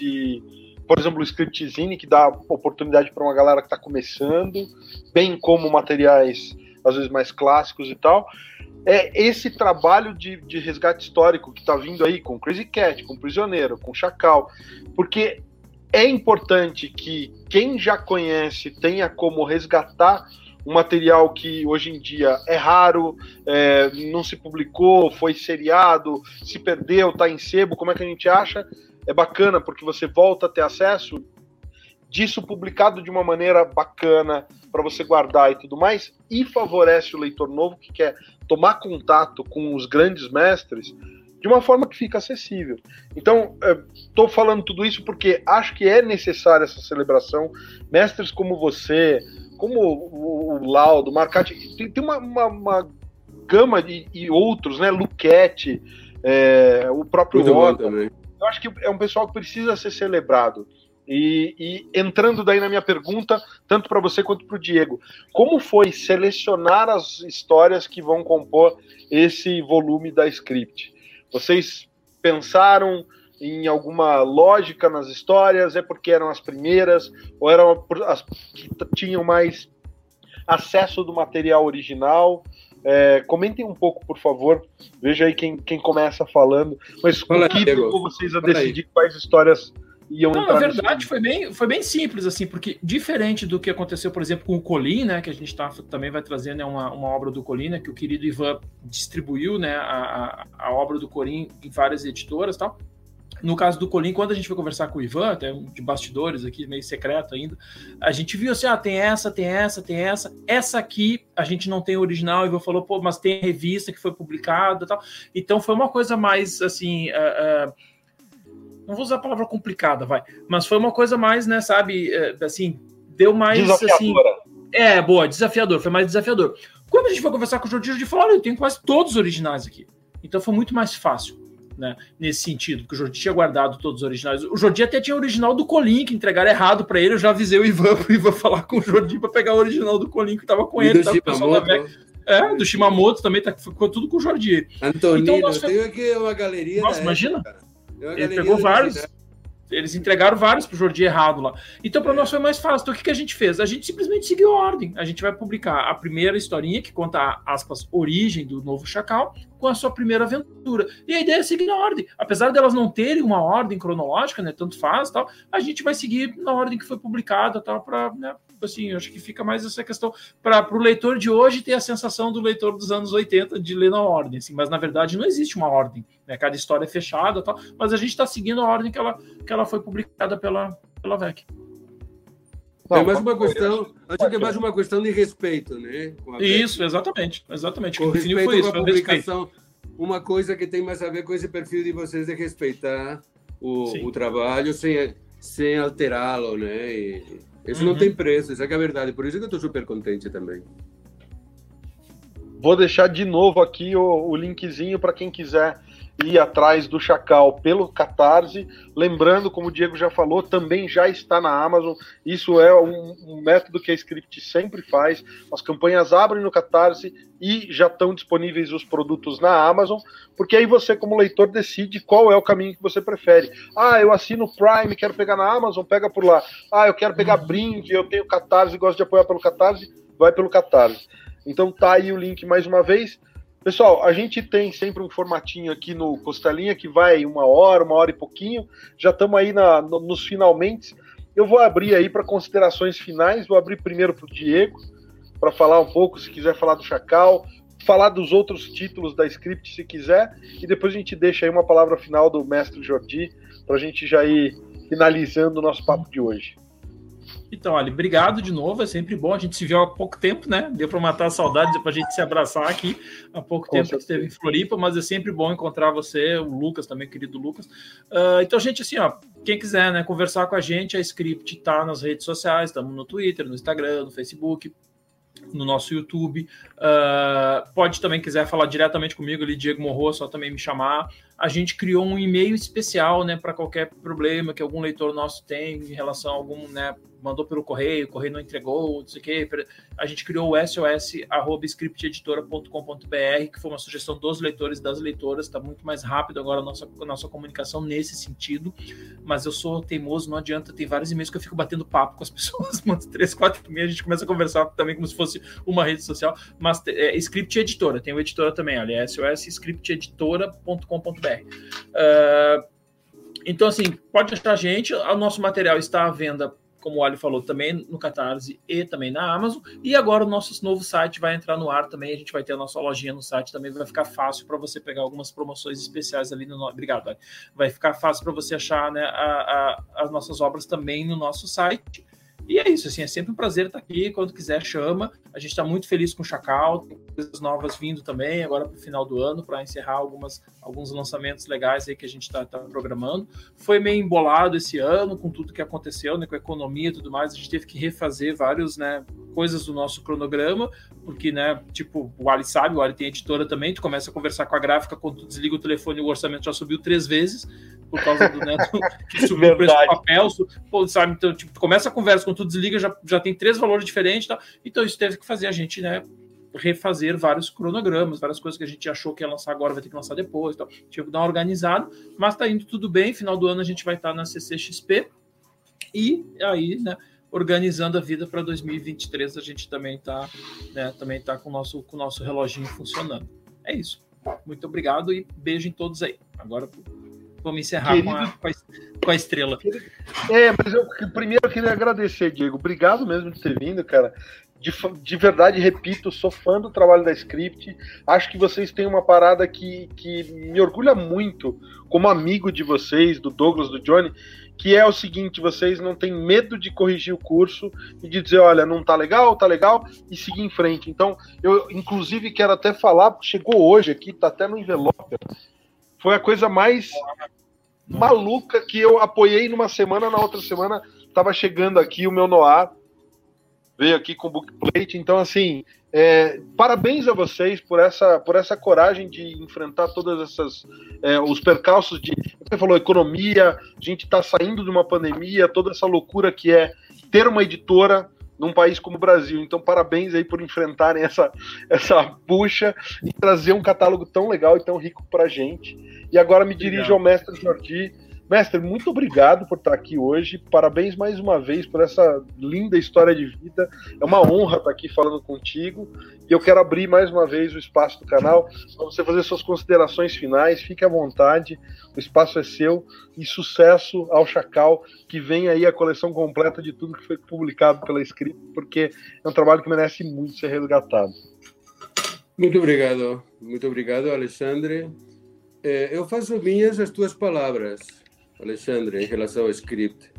por exemplo, o Scriptzine, que dá oportunidade para uma galera que está começando, bem como materiais, às vezes, mais clássicos e tal. Esse trabalho de resgate histórico que está vindo aí com Crazy Cat, com Prisioneiro, com Chacal, porque é importante que quem já conhece tenha como resgatar um material que hoje em dia é raro, não se publicou, foi seriado, se perdeu, está em sebo, como é que a gente acha? É bacana, porque você volta a ter acesso disso publicado de uma maneira bacana, para você guardar e tudo mais, e favorece o leitor novo que quer tomar contato com os grandes mestres de uma forma que fica acessível. Então, estou falando tudo isso porque acho que é necessária essa celebração. Mestres como você, como o Laudo, Marcati, tem uma gama e outros, né? Luquete, o próprio Otto. Eu acho que é um pessoal que precisa ser celebrado. E entrando daí na minha pergunta, tanto para você quanto para o Diego, como foi selecionar as histórias que vão compor esse volume da Script? Vocês pensaram em alguma lógica nas histórias? É porque eram as primeiras? Ou eram as que tinham mais acesso do material original? Comentem um pouco, por favor. Veja aí quem começa falando. Mas o que levou vocês a decidir quais histórias iam entrar? Na verdade, foi bem simples, assim, porque diferente do que aconteceu, por exemplo, com o Colin, né, que a gente também vai trazer, né, uma obra do Colin, né, que o querido Ivan distribuiu, né, a obra do Colin em várias editoras e tal. No caso do Colin, quando a gente foi conversar com o Ivan, até de bastidores aqui, meio secreto ainda, a gente viu assim, tem essa. Essa aqui a gente não tem original. O Ivan falou, pô, mas tem revista que foi publicada e tal. Então foi uma coisa mais, assim... não vou usar a palavra complicada, mas foi uma coisa mais, né, sabe, assim, deu mais... Desafiadora. Assim, desafiador, foi mais desafiador. Quando a gente foi conversar com o Jordi falou, olha, eu tenho quase todos os originais aqui. Então foi muito mais fácil, né, nesse sentido, porque o Jordi tinha guardado todos os originais. O Jordi até tinha o original do Colin, que entregaram errado para ele, eu já avisei o Ivan falar com o Jordi para pegar o original do Colin, que estava com ele. Do Shimamoto. Do Shimamoto também, ficou tudo com o Jordi. Antonino, então, tenho aqui uma galeria. Nossa, imagina. Ele pegou vários. Eles entregaram vários pro Jordi errado lá. Então, para nós foi mais fácil. Então, o que a gente fez? A gente simplesmente seguiu a ordem. A gente vai publicar a primeira historinha, que conta a, aspas, origem do novo Chacal, com a sua primeira aventura. E a ideia é seguir na ordem. Apesar delas não terem uma ordem cronológica, né, tanto faz, tal, a gente vai seguir na ordem que foi publicada, tal, para, né, assim, eu acho que fica mais essa questão para o leitor de hoje ter a sensação do leitor dos anos 80 de ler na ordem, assim, mas na verdade não existe uma ordem, né? Cada história é fechada, tal, mas a gente está seguindo a ordem que ela foi publicada pela VEC. É mais uma questão, acho que é mais uma questão de respeito, né? Isso, exatamente. Com respeito à publicação, uma coisa que tem mais a ver com esse perfil de vocês de respeitar o trabalho sem alterá-lo, né? Isso não tem preço, isso é que é a verdade. Por isso que eu estou super contente também. Vou deixar de novo aqui o linkzinho para quem quiser ir atrás do Chacal pelo Catarse. Lembrando, como o Diego já falou, também já está na Amazon. Isso é um método que a Script sempre faz. As campanhas abrem no Catarse e já estão disponíveis os produtos na Amazon, porque aí você, como leitor, decide qual é o caminho que você prefere. Ah, eu assino o Prime, quero pegar na Amazon, pega por lá. Ah, eu quero pegar brinde, eu tenho Catarse, gosto de apoiar pelo Catarse, vai pelo Catarse. Então tá aí o link mais uma vez. Pessoal, a gente tem sempre um formatinho aqui no Costelinha que vai 1 hora e pouquinho. Já estamos aí nos finalmente. Eu vou abrir aí para considerações finais. Vou abrir primeiro para o Diego, para falar um pouco, se quiser falar do Chacal, falar dos outros títulos da Script, se quiser, e depois a gente deixa aí uma palavra final do mestre Jordi, para a gente já ir finalizando o nosso papo de hoje. Então, olha, obrigado de novo, é sempre bom, a gente se viu há pouco tempo, né? Deu para matar a saudade, deu para a gente se abraçar aqui há pouco tempo que esteve em Floripa, mas é sempre bom encontrar você, o Lucas também, querido Lucas. Então, gente, assim, ó, quem quiser, né, conversar com a gente, a Script tá nas redes sociais, estamos no Twitter, no Instagram, no Facebook, no nosso YouTube. Pode também, quiser falar diretamente comigo ali, Diego Morro, só também me chamar. A gente criou um e-mail especial, né, para qualquer problema que algum leitor nosso tem em relação a algum, né, mandou pelo correio, o correio não entregou, não sei o quê. A gente criou o sos@scripteditora.com.br, que foi uma sugestão dos leitores e das leitoras. Está muito mais rápido agora a nossa comunicação nesse sentido, mas eu sou teimoso, não adianta, tem vários e-mails que eu fico batendo papo com as pessoas, umas 3, 4 e-mails, a gente começa a conversar também como se fosse uma rede social, mas Script Editora, tem o Editora também, olha, sos@scripteditora.com.br. Então, assim, pode achar a gente, o nosso material está à venda, como o Ali falou, também no Catarse e também na Amazon, e agora o nosso novo site vai entrar no ar também, a gente vai ter a nossa lojinha no site também, vai ficar fácil para você pegar algumas promoções especiais ali no... Obrigado, Ali. Vai ficar fácil para você achar, né, as nossas obras também no nosso site. E é isso, assim, é sempre um prazer estar aqui, quando quiser chama, a gente está muito feliz com o Chacal, tem coisas novas vindo também, agora para o final do ano, para encerrar alguns lançamentos legais aí que a gente está programando. Foi meio embolado esse ano, com tudo que aconteceu, né, com a economia e tudo mais, a gente teve que refazer várias, né, coisas do nosso cronograma, porque, né, tipo, o Ali sabe, o Ali tem editora também, tu começa a conversar com a gráfica, quando tu desliga o telefone, o orçamento já subiu 3 vezes, por causa do, né, que subiu o preço do papel, sabe? Então, tipo, tu começa a conversa, quando tu desliga, já tem 3 valores diferentes, tá? Então isso teve que fazer a gente, né, refazer vários cronogramas, várias coisas que a gente achou que ia lançar agora, vai ter que lançar depois, então, tive que dar uma organizada, mas tá indo tudo bem, final do ano a gente vai estar na CCXP, e aí, né, organizando a vida para 2023, a gente também tá, né, com o nosso reloginho funcionando. É isso. Muito obrigado e beijo em todos aí. Agora vamos encerrar com a estrela. Mas eu primeiro queria agradecer, Diego. Obrigado mesmo de ter vindo, cara. De verdade, repito, sou fã do trabalho da Script. Acho que vocês têm uma parada que me orgulha muito como amigo de vocês, do Douglas, do Johnny, que é o seguinte: vocês não têm medo de corrigir o curso e de dizer, olha, não tá legal, e seguir em frente. Então, eu inclusive quero até falar, porque chegou hoje aqui, tá até no envelope, foi a coisa mais maluca que eu apoiei numa semana, na outra semana estava chegando aqui o meu Noah, veio aqui com o bookplate. Então, assim, parabéns a vocês por essa coragem de enfrentar todas essas os percalços de, você falou, economia, a gente está saindo de uma pandemia, toda essa loucura que é ter uma editora num país como o Brasil. Então, parabéns aí por enfrentarem essa bucha e trazer um catálogo tão legal e tão rico pra gente. E agora me dirijo ao mestre Jordi. Mestre, muito obrigado por estar aqui hoje. Parabéns mais uma vez por essa linda história de vida. É uma honra estar aqui falando contigo. E eu quero abrir mais uma vez o espaço do canal para você fazer suas considerações finais. Fique à vontade, o espaço é seu. E sucesso ao Chacal, que vem aí a coleção completa de tudo que foi publicado pela Script, porque é um trabalho que merece muito ser resgatado. Muito obrigado, Alexandre. Eu faço minhas as tuas palavras, Alexandre, em relação ao Script.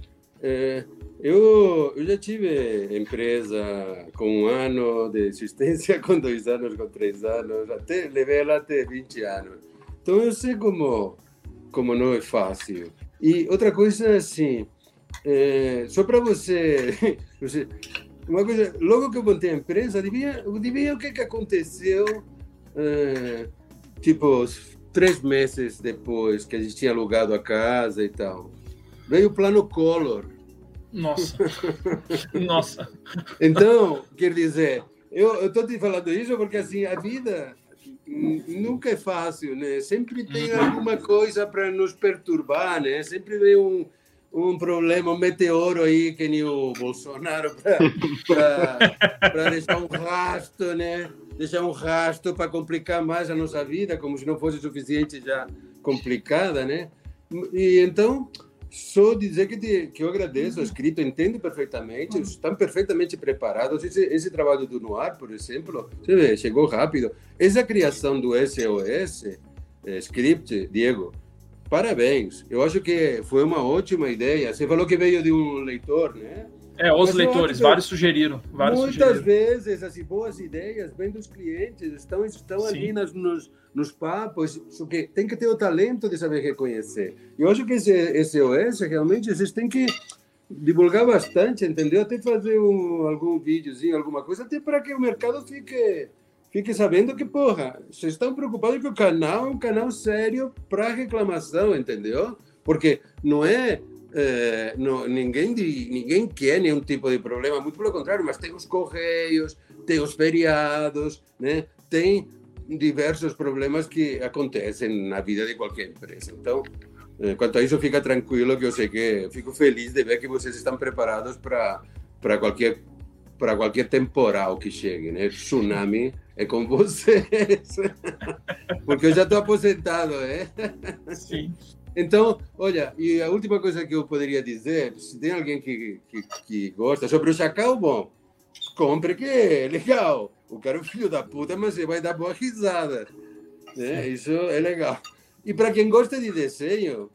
Eu já tive empresa com 1 ano de existência, com 2 anos, com 3 anos, levei ela até 20 anos. Então eu sei como não é fácil. E outra coisa, assim, só para você, uma coisa, logo que eu montei a empresa, adivinha o que aconteceu, tipo, 3 meses depois que a gente tinha alugado a casa e tal, veio o plano Collor. Nossa. Nossa. Então, quer dizer, eu estou te falando isso porque assim, a vida nunca é fácil, né? Sempre tem alguma coisa para nos perturbar, né? Sempre vem um problema, um meteoro aí, que nem o Bolsonaro, para deixar um rastro, né? Deixar um rastro para complicar mais a nossa vida, como se não fosse suficiente já complicada, né? E então, só dizer que eu agradeço, o escrito entende perfeitamente, estão perfeitamente preparados. Esse trabalho do Noir, por exemplo, você vê, chegou rápido. Essa criação do SOS Script, Diego, parabéns. Eu acho que foi uma ótima ideia. Você falou que veio de um leitor, né? Os leitores, vários sugeriram. Muitas vezes, assim, boas ideias vêm dos clientes, estão ali nos papos, só que tem que ter o talento de saber reconhecer. Eu acho que esse SOS, realmente, vocês têm que divulgar bastante, entendeu? Até fazer algum videozinho, alguma coisa, até para que o mercado fique sabendo que, porra, vocês estão preocupados que o canal é um canal sério para reclamação, entendeu? Porque não é... ninguém quer nenhum tipo de problema, muito pelo contrário, mas tem os correios, tem os feriados, né? Tem diversos problemas que acontecem na vida de qualquer empresa. Então, quanto a isso, fica tranquilo, que eu sei que fico feliz de ver que vocês estão preparados para qualquer temporal que chegue, né? Tsunami é com vocês, porque eu já estou aposentado, né? Sim. Então, olha, e a última coisa que eu poderia dizer, se tem alguém que gosta, sobre o Chacal, bom, compre, que é legal. O cara é um filho da puta, mas você vai dar boa risada, né? Isso é legal. E para quem gosta de desenho,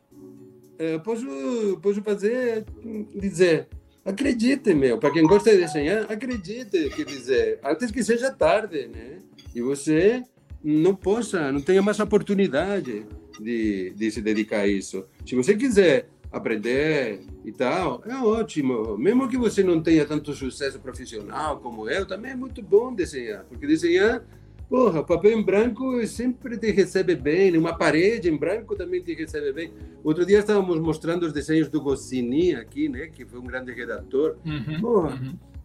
posso dizer, acredite, meu. Para quem gosta de desenhar, acredite, quer dizer, antes que seja tarde, né? E você não tenha mais oportunidade de se dedicar a isso. Se você quiser aprender e tal, é ótimo. Mesmo que você não tenha tanto sucesso profissional como eu, também é muito bom desenhar, porque desenhar, porra, papel em branco sempre te recebe bem, uma parede em branco também te recebe bem. Outro dia estávamos mostrando os desenhos do Goscinny aqui, né, que foi um grande redator. Porra,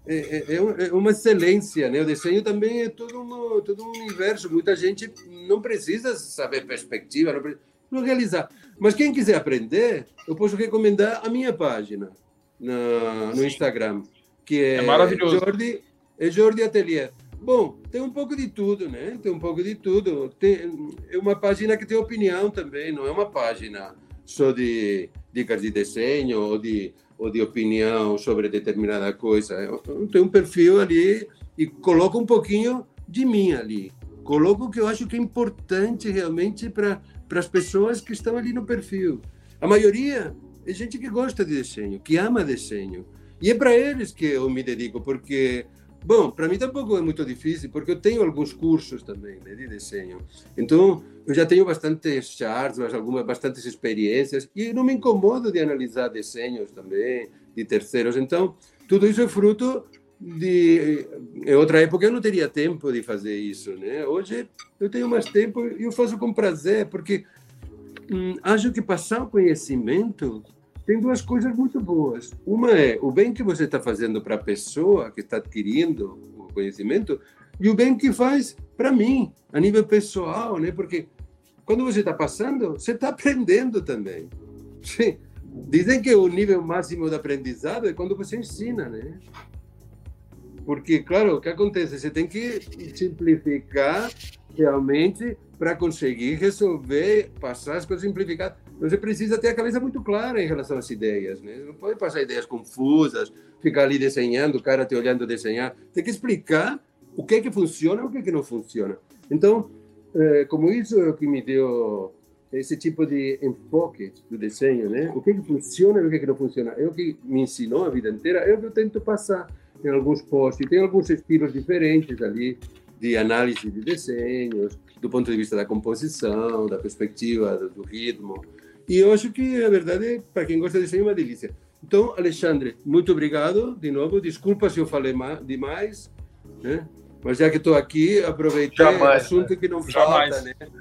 é uma excelência, né? O desenho também é todo um universo. Muita gente não precisa saber perspectiva, não realizar. Mas quem quiser aprender, eu posso recomendar a minha página no Instagram, que é maravilhoso. Jordi Atelier. Bom, tem um pouco de tudo, né? Tem um pouco de tudo. É uma página que tem opinião também, não é uma página só de dicas de desenho ou de opinião sobre determinada coisa. Eu tenho um perfil ali e coloco um pouquinho de mim ali. Coloco o que eu acho que é importante realmente para as pessoas que estão ali no perfil. A maioria é gente que gosta de desenho, que ama desenho. E é para eles que eu me dedico, porque, bom, para mim tampouco é muito difícil, porque eu tenho alguns cursos também, né, de desenho. Então, eu já tenho bastantes charts, bastantes experiências, e não me incomodo de analisar desenhos também, de terceiros. Então, tudo isso é fruto de... Em outra época eu não teria tempo de fazer isso, né? Hoje eu tenho mais tempo e eu faço com prazer, porque acho que passar o conhecimento tem duas coisas muito boas. Uma é o bem que você está fazendo para a pessoa que está adquirindo o conhecimento e o bem que faz para mim, a nível pessoal, né? Porque quando você está passando, você está aprendendo também. Sim. Dizem que o nível máximo de aprendizado é quando você ensina, né? Porque, claro, o que acontece? Você tem que simplificar realmente para conseguir resolver, passar as coisas simplificadas. Você precisa ter a cabeça muito clara em relação às ideias, né? Não pode passar ideias confusas, ficar ali desenhando, o cara te olhando desenhar. Tem que explicar o que é que funciona e o que é que não funciona. Então, como isso é o que me deu esse tipo de enfoque do desenho, né? O que é que funciona e o que é que não funciona. É o que me ensinou a vida inteira, é o que eu tento passar em alguns posts. Tem alguns estilos diferentes ali de análise de desenhos, do ponto de vista da composição, da perspectiva, do ritmo. E eu acho que, a verdade, para quem gosta de desenho, é uma delícia. Então, Alexandre, muito obrigado de novo. Desculpa se eu falei demais, né? Mas já que estou aqui, aproveitei o assunto que não falta, né?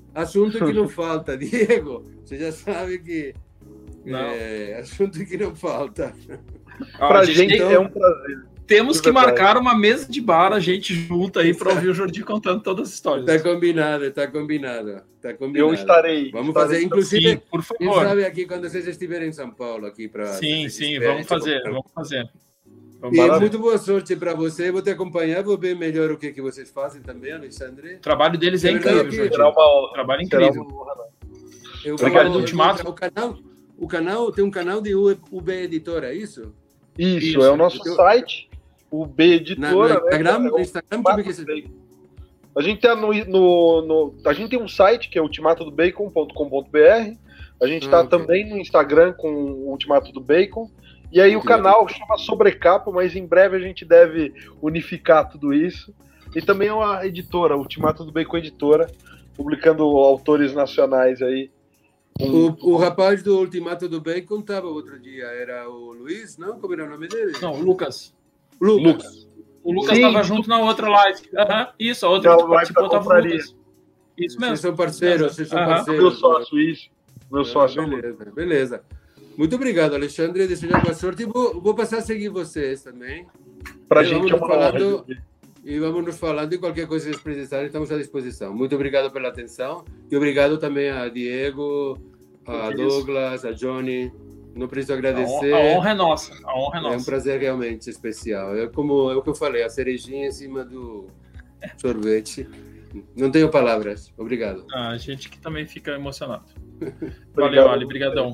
assunto que não falta. Diego, você já sabe que assunto que não falta. Pra gente é um prazer. Temos que marcar uma mesa de bar, a gente junta aí para ouvir o Jordi contando todas as histórias. Tá combinado. Eu estarei. Vamos fazer, inclusive, sim, por favor. quem sabe aqui quando vocês estiverem em São Paulo aqui para. Sim, vamos fazer. E muito boa sorte para você. Vou te acompanhar, vou ver melhor o que vocês fazem também, Alexandre. O trabalho deles é incrível, Jordi. Trabalho incrível. Obrigado, Ultimato. O canal tem um canal de UB Editora, é isso? Isso, é o nosso site. O B Editora, no Instagram também que a gente tem a gente tem um site que é ultimatodobacon.com.br. A gente está também no Instagram com o Ultimato do Bacon. E aí o canal chama Sobrecapa, mas em breve a gente deve unificar tudo isso. E também é uma editora, Ultimato do Bacon Editora, publicando autores nacionais aí. O rapaz do Ultimato do Bacon estava outro dia, era o Luiz, não? Como era o nome dele? Não, o Lucas. O Lucas estava junto na outra live. Isso, a outra que participou estava o Lucas. Isso mesmo. Vocês são parceiros, Meu sócio, isso. Meu sócio. Beleza. Muito obrigado, Alexandre. Desejo boa sorte. E vou passar a seguir vocês também. Pra gente é uma honra. E vamos nos falando, e qualquer coisa que vocês precisarem, estamos à disposição. Muito obrigado pela atenção. E obrigado também a Diego, a Douglas, a Johnny. Não preciso agradecer. A honra é nossa. É um prazer realmente especial. É o que eu falei, a cerejinha em cima do sorvete. Não tenho palavras. Obrigado. A gente que também fica emocionado. Valeu, Ali. Obrigadão.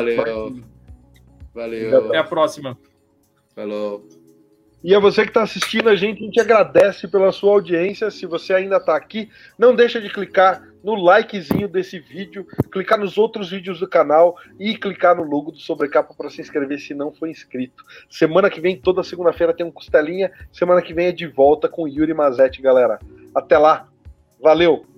Valeu. Até a próxima. Falou. E a você que está assistindo a gente agradece pela sua audiência. Se você ainda está aqui, não deixa de clicar no likezinho desse vídeo, clicar nos outros vídeos do canal e clicar no logo do Sobrecapa para se inscrever se não for inscrito. Semana que vem, toda segunda-feira tem um Costelinha. Semana que vem é de volta com o Yuri Mazetti, galera. Até lá. Valeu!